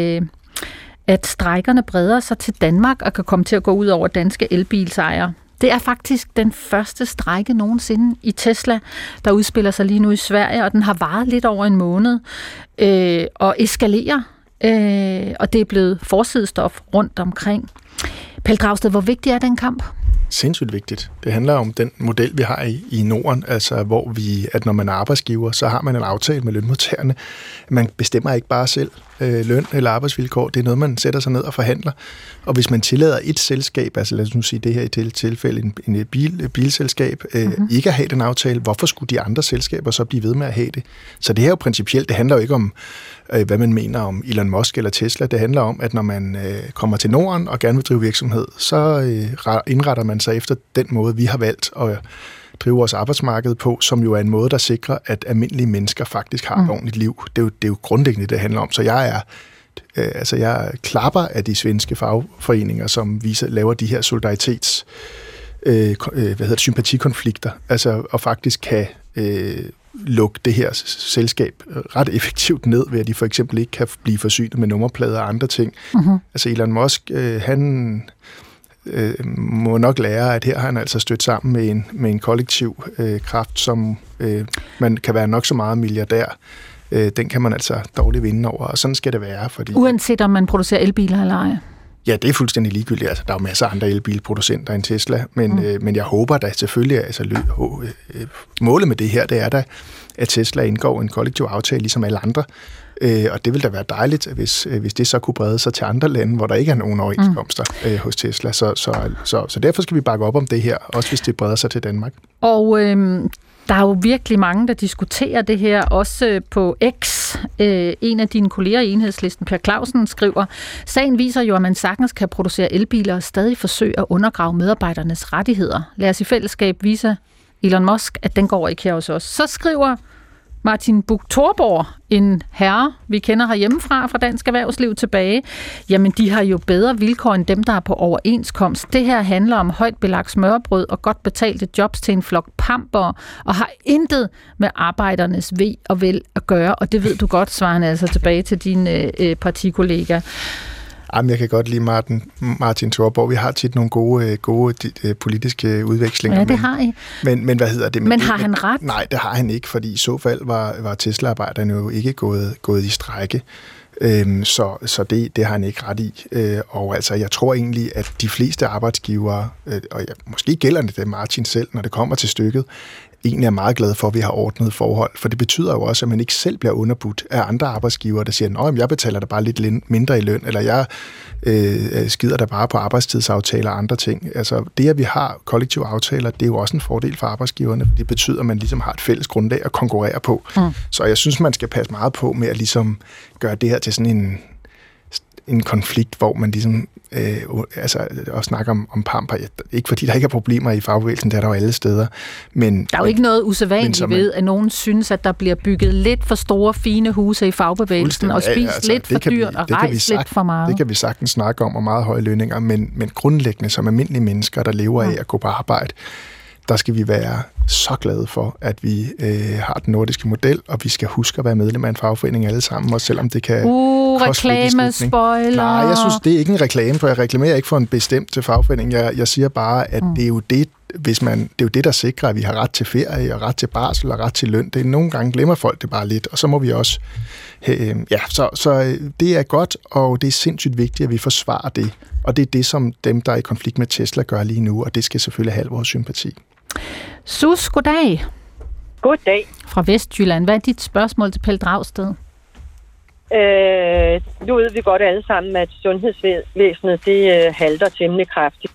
Speaker 3: at strejkerne breder sig til Danmark og kan komme til at gå ud over danske elbilsejere. Det er faktisk den første strejke nogensinde i Tesla, der udspiller sig lige nu i Sverige, og den har varet lidt over en måned og eskalerer, og det er blevet forsidestof rundt omkring. Pelle Dragsted, hvor vigtig er den kamp?
Speaker 2: Sindssygt vigtigt. Det handler om den model, vi har i Norden, altså hvor at når man er arbejdsgiver, så har man en aftale med lønmodtagerne. Man bestemmer ikke bare selv løn eller arbejdsvilkår. Det er noget, man sætter sig ned og forhandler. Og hvis man tillader et selskab, altså lad os nu sige det her i tilfælde, en bilselskab, ikke at have den aftale, hvorfor skulle de andre selskaber så blive ved med at have det? Så det her er jo principielt, det handler jo ikke om, hvad man mener om Elon Musk eller Tesla. Det handler om, at når man kommer til Norden og gerne vil drive virksomhed, så indretter man sig efter den måde, vi har valgt at drive vores arbejdsmarked på, som jo er en måde, der sikrer, at almindelige mennesker faktisk har et ordentligt liv. Det er jo grundlæggende, det handler om. Så jeg klapper af de svenske fagforeninger, som laver de her solidaritets sympatikonflikter, altså og faktisk kan lukke det her selskab ret effektivt ned, ved at de for eksempel ikke kan blive forsynet med nummerplader og andre ting. Altså Elon Musk, han må nok lære, at her har han altså stødt sammen med en kollektiv kraft, som man kan være nok så meget milliardær. Den kan man altså dårligt vinde over, og sådan skal det være. Fordi
Speaker 3: uanset om man producerer elbiler eller ej?
Speaker 2: Ja, det er fuldstændig ligegyldigt. Altså, der er jo masser af andre elbilproducenter end Tesla, men jeg håber da selvfølgelig, altså målet med det her, det er da, at Tesla indgår en kollektiv aftale, ligesom alle andre. Og det vil da være dejligt, hvis det så kunne brede sig til andre lande, hvor der ikke er nogen overenskomster hos Tesla. Så derfor skal vi bakke op om det her, også hvis det breder sig til Danmark.
Speaker 3: Og der er jo virkelig mange, der diskuterer det her, også på X. En af dine kolleger i Enhedslisten, Per Clausen, skriver, sagen viser jo, at man sagtens kan producere elbiler og stadig forsøge at undergrave medarbejdernes rettigheder. Lad os i fællesskab vise Elon Musk, at den går ikke her hos os. Så skriver Martin Buch-Thorborg, en herre, vi kender herhjemmefra fra Dansk Erhvervsliv tilbage, jamen de har jo bedre vilkår end dem, der er på overenskomst. Det her handler om højt belagt smørbrød og godt betalte jobs til en flok pampere, og har intet med arbejdernes ve og vel at gøre, og det ved du godt, svarer han altså tilbage til din partikollega.
Speaker 2: Jamen, jeg kan godt lide Martin Thorborg. Vi har tit nogle gode politiske udvekslinger.
Speaker 3: Ja, det har I.
Speaker 2: Men hvad hedder det?
Speaker 3: Men har han ret?
Speaker 2: Nej, det har han ikke, fordi i så fald var Tesla-arbejderne jo ikke gået i strejke. Så det har han ikke ret i. Og altså, jeg tror egentlig, at de fleste arbejdsgivere, og måske gælder det Martin selv, når det kommer til stykket, egentlig er meget glad for, at vi har ordnet forhold, for det betyder jo også, at man ikke selv bliver underbudt af andre arbejdsgivere, der siger, at jeg betaler dig bare lidt mindre i løn, eller jeg skider dig bare på arbejdstidsaftaler og andre ting. Altså det, at vi har kollektive aftaler, det er jo også en fordel for arbejdsgiverne, for det betyder, at man ligesom har et fælles grundlag at konkurrere på. Så jeg synes, man skal passe meget på med at ligesom gøre det her til sådan en konflikt, hvor man ligesom og snakker om pamper. Ikke fordi der ikke er problemer i fagbevægelsen, der er der jo alle steder. Men
Speaker 3: der er jo ikke noget usædvanligt ved, at nogen synes, at der bliver bygget lidt for store, fine huse i fagbevægelsen, og spist lidt for dyrt og rejst lidt for meget.
Speaker 2: Det kan vi sagtens snakke om, og meget høje lønninger, men grundlæggende som almindelige mennesker, der lever af at gå på arbejde, der skal vi være så glade for, at vi har den nordiske model, og vi skal huske at være medlem af en fagforening alle sammen, også selvom det kan koste
Speaker 3: reklamespoiler.
Speaker 2: Nej, jeg synes, det er ikke en reklame, for jeg reklamerer ikke for en bestemt fagforening. Jeg siger bare, at det er jo det, det er jo det, der sikrer, at vi har ret til ferie, og ret til barsel, og ret til løn. Det er nogle gange glemmer folk det bare lidt, og så må vi også så det er godt, og det er sindssygt vigtigt, at vi forsvarer det. Og det er det, som dem, der er i konflikt med Tesla, gør lige nu, og det skal selvfølgelig have vores sympati.
Speaker 3: Sus, goddag.
Speaker 5: Goddag.
Speaker 3: Fra Vestjylland. Hvad er dit spørgsmål til Pelle Dragsted?
Speaker 5: Nu ved vi godt alle sammen, at sundhedsvæsenet det halter temmelig kraftigt.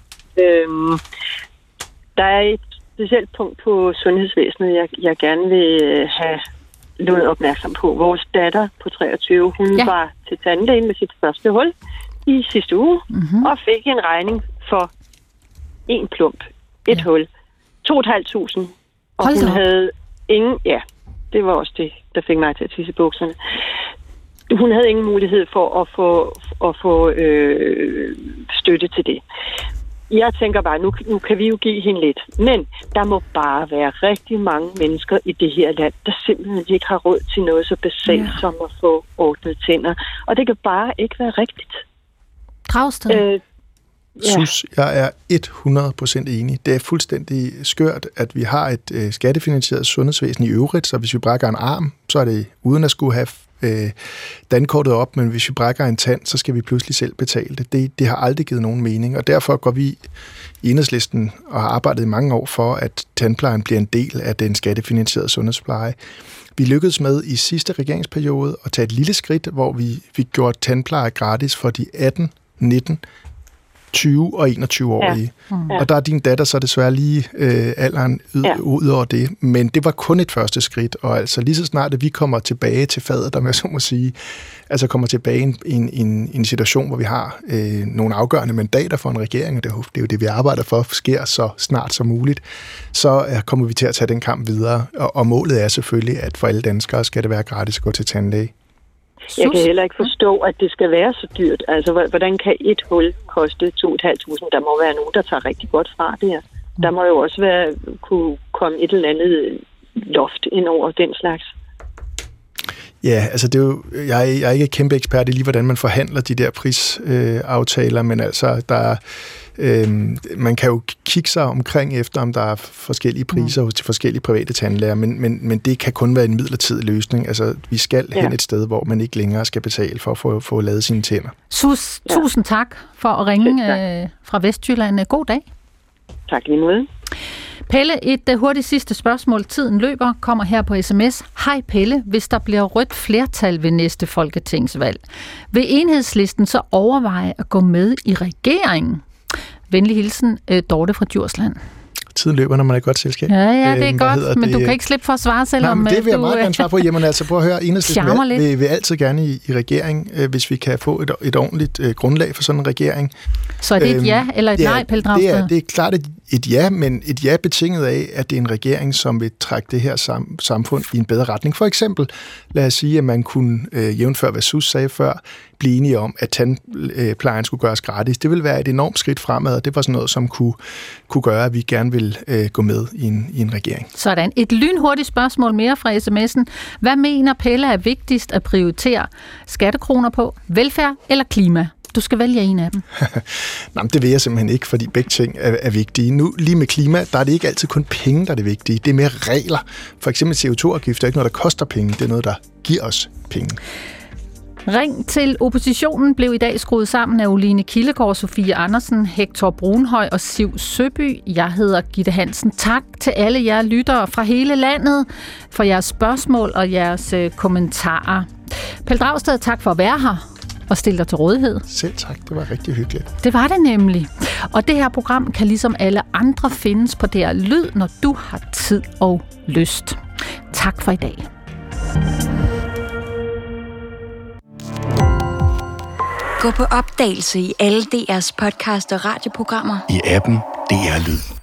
Speaker 5: Der er et specielt punkt på sundhedsvæsenet, jeg gerne vil have noget opmærksom på. Vores datter på 23, hun var til tandlægen med sit første hul.
Speaker 9: i sidste uge, og fik en regning for en plump, et hul, 2.500, og hun havde ingen, det var også det, der fik mig til at tisse i bukserne. Hun havde ingen mulighed for at få støtte til det. Jeg tænker bare, nu kan vi jo give hende lidt. Men der må bare være rigtig mange mennesker i det her land, der simpelthen ikke har råd til noget så basalt som at få ordnet tænder. Og det kan bare ikke være rigtigt.
Speaker 3: Dragsted.
Speaker 2: Sus, jeg er 100% enig. Det er fuldstændig skørt, at vi har et skattefinansieret sundhedsvæsen i øvrigt, så hvis vi brækker en arm, så er det uden at skulle have dankortet op, men hvis vi brækker en tand, så skal vi pludselig selv betale det. Det har aldrig givet nogen mening, og derfor går vi i Enhedslisten og har arbejdet i mange år for, at tandplejen bliver en del af den skattefinansierede sundhedspleje. Vi lykkedes med i sidste regeringsperiode at tage et lille skridt, hvor vi gjorde tandpleje gratis for de 18, 19, 20 og 21-årige. Ja. Og der er din datter så desværre lige alderen ud over det. Men det var kun et første skridt, og altså lige så snart, at vi kommer tilbage til fadet, der man så må sige, altså kommer tilbage i en situation, hvor vi har nogle afgørende mandater for en regering, og det er jo det, vi arbejder for, sker så snart som muligt, så kommer vi til at tage den kamp videre. Og målet er selvfølgelig, at for alle danskere skal det være gratis at gå til tandlæge.
Speaker 9: Jeg kan heller ikke forstå, at det skal være så dyrt. Altså, hvordan kan et hul koste 2.500? Der må være nogen, der tager rigtig godt fra det her. Der må jo også kunne komme et eller andet loft ind over den slags.
Speaker 2: Ja, altså det er jo, jeg er ikke kæmpe ekspert i lige, hvordan man forhandler de der prisaftaler, men altså, man kan jo kigge sig omkring efter, om der er forskellige priser hos de forskellige private tandlæger, men det kan kun være en midlertidig løsning. Altså, vi skal hen et sted, hvor man ikke længere skal betale for at få lavet sine tænder.
Speaker 3: Sus, tusind tak for at ringe fra Vestjylland. God dag.
Speaker 9: Tak lige måde.
Speaker 3: Pelle, et hurtigt sidste spørgsmål. Tiden løber, kommer her på sms. Hej Pelle, hvis der bliver rødt flertal ved næste folketingsvalg, vil Enhedslisten så overveje at gå med i regeringen? Venlig hilsen, Dorte fra Djursland.
Speaker 2: Tiden løber, når man er et godt selskab.
Speaker 3: Ja, det er godt, men du kan ikke slippe for at svare, selvom
Speaker 2: Nej, det vil jeg meget gerne svare på. Jamen altså, prøv at høre, Enhedslisten vil altid gerne i regering, hvis vi kan få et ordentligt grundlag for sådan en regering.
Speaker 3: Så er det et ja eller et nej, Pelle Dragsted?
Speaker 2: Det er klart et ja, men et ja betinget af, at det er en regering, som vil trække det her samfund i en bedre retning. For eksempel, lad os sige, at man kunne, jævnfør hvad Sus sagde før, blive enige om, at tandplejen skulle gøres gratis. Det ville være et enormt skridt fremad, og det var sådan noget, som kunne gøre, at vi gerne vil gå med i en regering.
Speaker 3: Sådan. Et lynhurtigt spørgsmål mere fra sms'en. Hvad mener Pelle er vigtigst at prioritere? Skattekroner på, velfærd eller klima? Du skal vælge en af dem.
Speaker 2: Nej, det vil jeg simpelthen ikke, fordi begge ting er vigtige. Nu lige med klima, der er det ikke altid kun penge, der er det vigtige. Det er mere regler. For eksempel CO2-afgift er ikke noget, der koster penge. Det er noget, der giver os penge.
Speaker 3: Ring til oppositionen blev i dag skruet sammen af Oline Kildegård, Sofie Andersen, Hector Brunhøj og Siv Søby. Jeg hedder Gitte Hansen. Tak til alle jer lyttere fra hele landet for jeres spørgsmål og jeres kommentarer. Pelle Dragsted, tak for at være her og stille dig til rådighed.
Speaker 2: Selv tak, det var rigtig hyggeligt.
Speaker 3: Det var det nemlig. Og det her program kan ligesom alle andre findes på DR Lyd, når du har tid og lyst. Tak for i dag.
Speaker 10: Gå på opdagelse i alle DR's podcast og radioprogrammer.
Speaker 11: I appen DR Lyd.